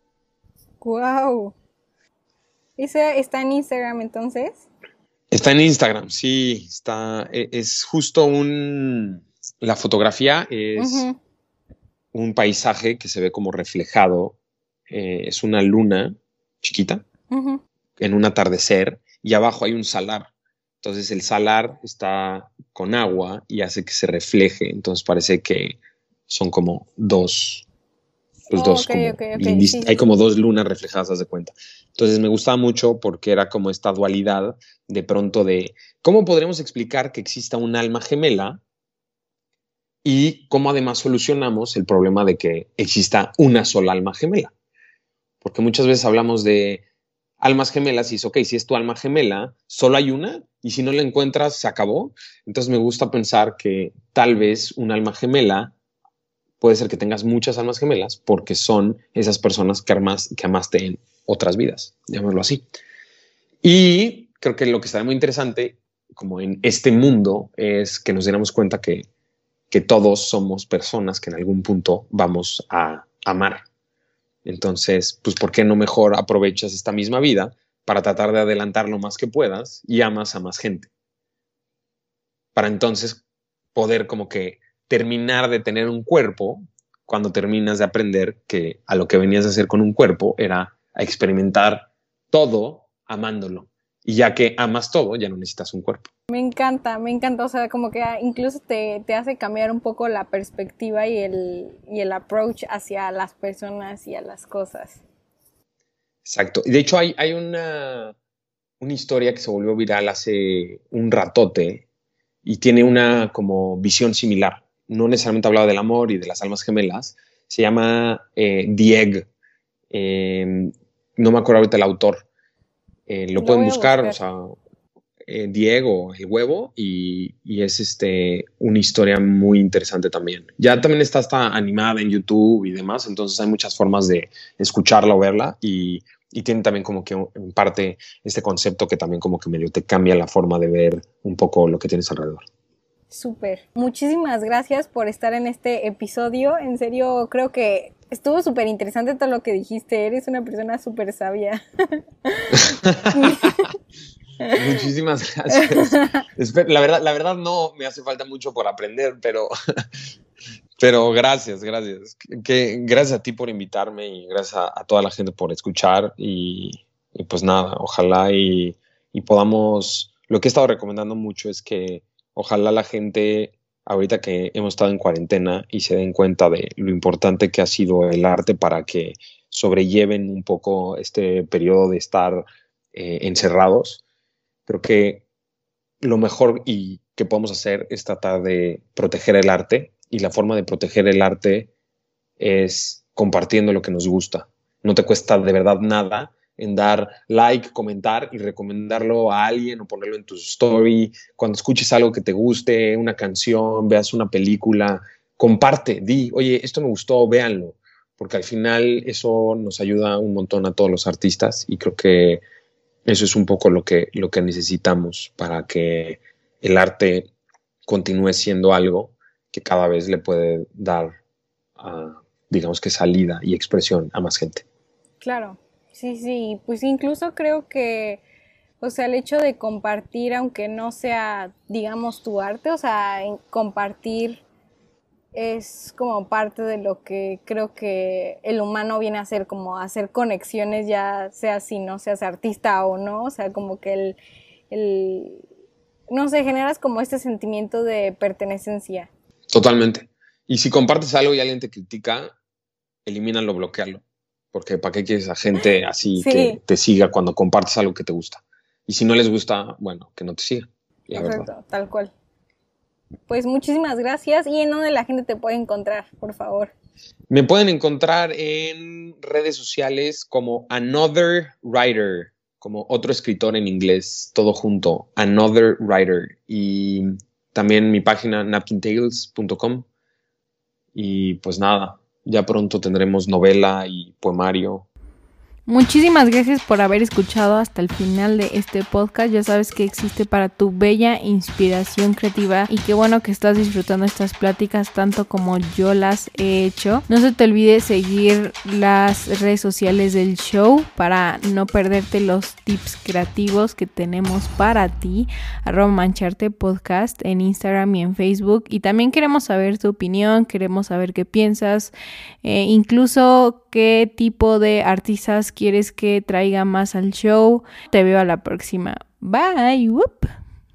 ¡Wow! ¿Ese está en Instagram entonces? Está en Instagram, sí. Está, es justo un... La fotografía es uh-huh. un paisaje que se ve como reflejado. Eh, es una luna chiquita uh-huh. en un atardecer y abajo hay un salar. Entonces el salar está con agua y hace que se refleje. Entonces parece que son como dos... Los oh, dos, okay, como okay, okay. lindis, Sí, hay sí. como dos lunas reflejadas, haz de cuenta. Entonces me gustaba mucho porque era como esta dualidad de pronto de cómo podremos explicar que exista un alma gemela y cómo además solucionamos el problema de que exista una sola alma gemela. Porque muchas veces hablamos de almas gemelas y es ok, si es tu alma gemela, solo hay una y si no la encuentras, se acabó. Entonces me gusta pensar que tal vez un alma gemela puede ser que tengas muchas almas gemelas porque son esas personas que, armas, que amaste en otras vidas, llamémoslo así. Y creo que lo que estará muy interesante, como en este mundo, es que nos diéramos cuenta que, que todos somos personas que en algún punto vamos a amar. Entonces, pues, ¿por qué no mejor aprovechas esta misma vida para tratar de adelantar lo más que puedas y amas a más gente? Para entonces poder como que terminar de tener un cuerpo cuando terminas de aprender que a lo que venías a hacer con un cuerpo era a experimentar todo amándolo. Y ya que amas todo, ya no necesitas un cuerpo. Me encanta, me encanta. O sea, como que incluso te, te hace cambiar un poco la perspectiva y el, y el approach hacia las personas y a las cosas. Exacto. Y de hecho hay, hay una, una historia que se volvió viral hace un ratote y tiene una como visión similar. No necesariamente hablaba del amor y de las almas gemelas. Se llama eh, The Egg. Eh, no me acuerdo ahorita el autor. Eh, lo, lo pueden buscar, buscar, o sea, eh, Diego, el huevo, y, y es este, una historia muy interesante también. Ya también está hasta animada en YouTube y demás, entonces hay muchas formas de escucharla o verla y, y tiene también como que en parte este concepto que también como que medio te cambia la forma de ver un poco lo que tienes alrededor. Súper. Muchísimas gracias por estar en este episodio. En serio, creo que estuvo súper interesante todo lo que dijiste. Eres una persona súper sabia. Muchísimas gracias. La verdad, la verdad no me hace falta mucho por aprender, pero, pero gracias, gracias. Que, gracias a ti por invitarme y gracias a, a toda la gente por escuchar y, y pues nada, ojalá y, y podamos... Lo que he estado recomendando mucho es que ojalá la gente, ahorita que hemos estado en cuarentena y se den cuenta de lo importante que ha sido el arte para que sobrelleven un poco este periodo de estar eh, encerrados. Creo que lo mejor y que podemos hacer es tratar de proteger el arte y la forma de proteger el arte es compartiendo lo que nos gusta. No te cuesta de verdad nada en dar like, comentar y recomendarlo a alguien o ponerlo en tu story. Cuando escuches algo que te guste, una canción, veas una película, comparte, di, oye, esto me gustó, véanlo, porque al final eso nos ayuda un montón a todos los artistas y creo que eso es un poco lo que, lo que necesitamos para que el arte continúe siendo algo que cada vez le puede dar, uh, digamos que salida y expresión a más gente. Claro, sí, sí, pues incluso creo que, o sea, el hecho de compartir, aunque no sea, digamos, tu arte, o sea, compartir es como parte de lo que creo que el humano viene a hacer, como hacer conexiones, ya sea si no seas artista o no, o sea, como que el, el no sé, generas como este sentimiento de pertenencia. Totalmente. Y si compartes algo y alguien te critica, elimínalo, bloquealo. Porque ¿para qué quieres a gente así sí. que te siga cuando compartes algo que te gusta? Y si no les gusta, bueno, que no te siga. La Exacto, verdad. Tal cual. Pues muchísimas gracias. ¿Y en dónde la gente te puede encontrar, por favor? Me pueden encontrar en redes sociales como Another Writer, como otro escritor en inglés, todo junto, Another Writer. Y también mi página napkin tales punto com. Y pues nada, ya pronto tendremos novela y poemario. Muchísimas gracias por haber escuchado hasta el final de este podcast. Ya sabes que existe para tu bella inspiración creativa y qué bueno que estás disfrutando estas pláticas tanto como yo las he hecho. No se te olvide seguir las redes sociales del show para no perderte los tips creativos que tenemos para ti. Arroba Mancharte Podcast en Instagram y en Facebook. Y también queremos saber tu opinión, queremos saber qué piensas, eh, incluso qué tipo de artistas quieres que traiga más al show. Te veo a la próxima. Bye. Whoop.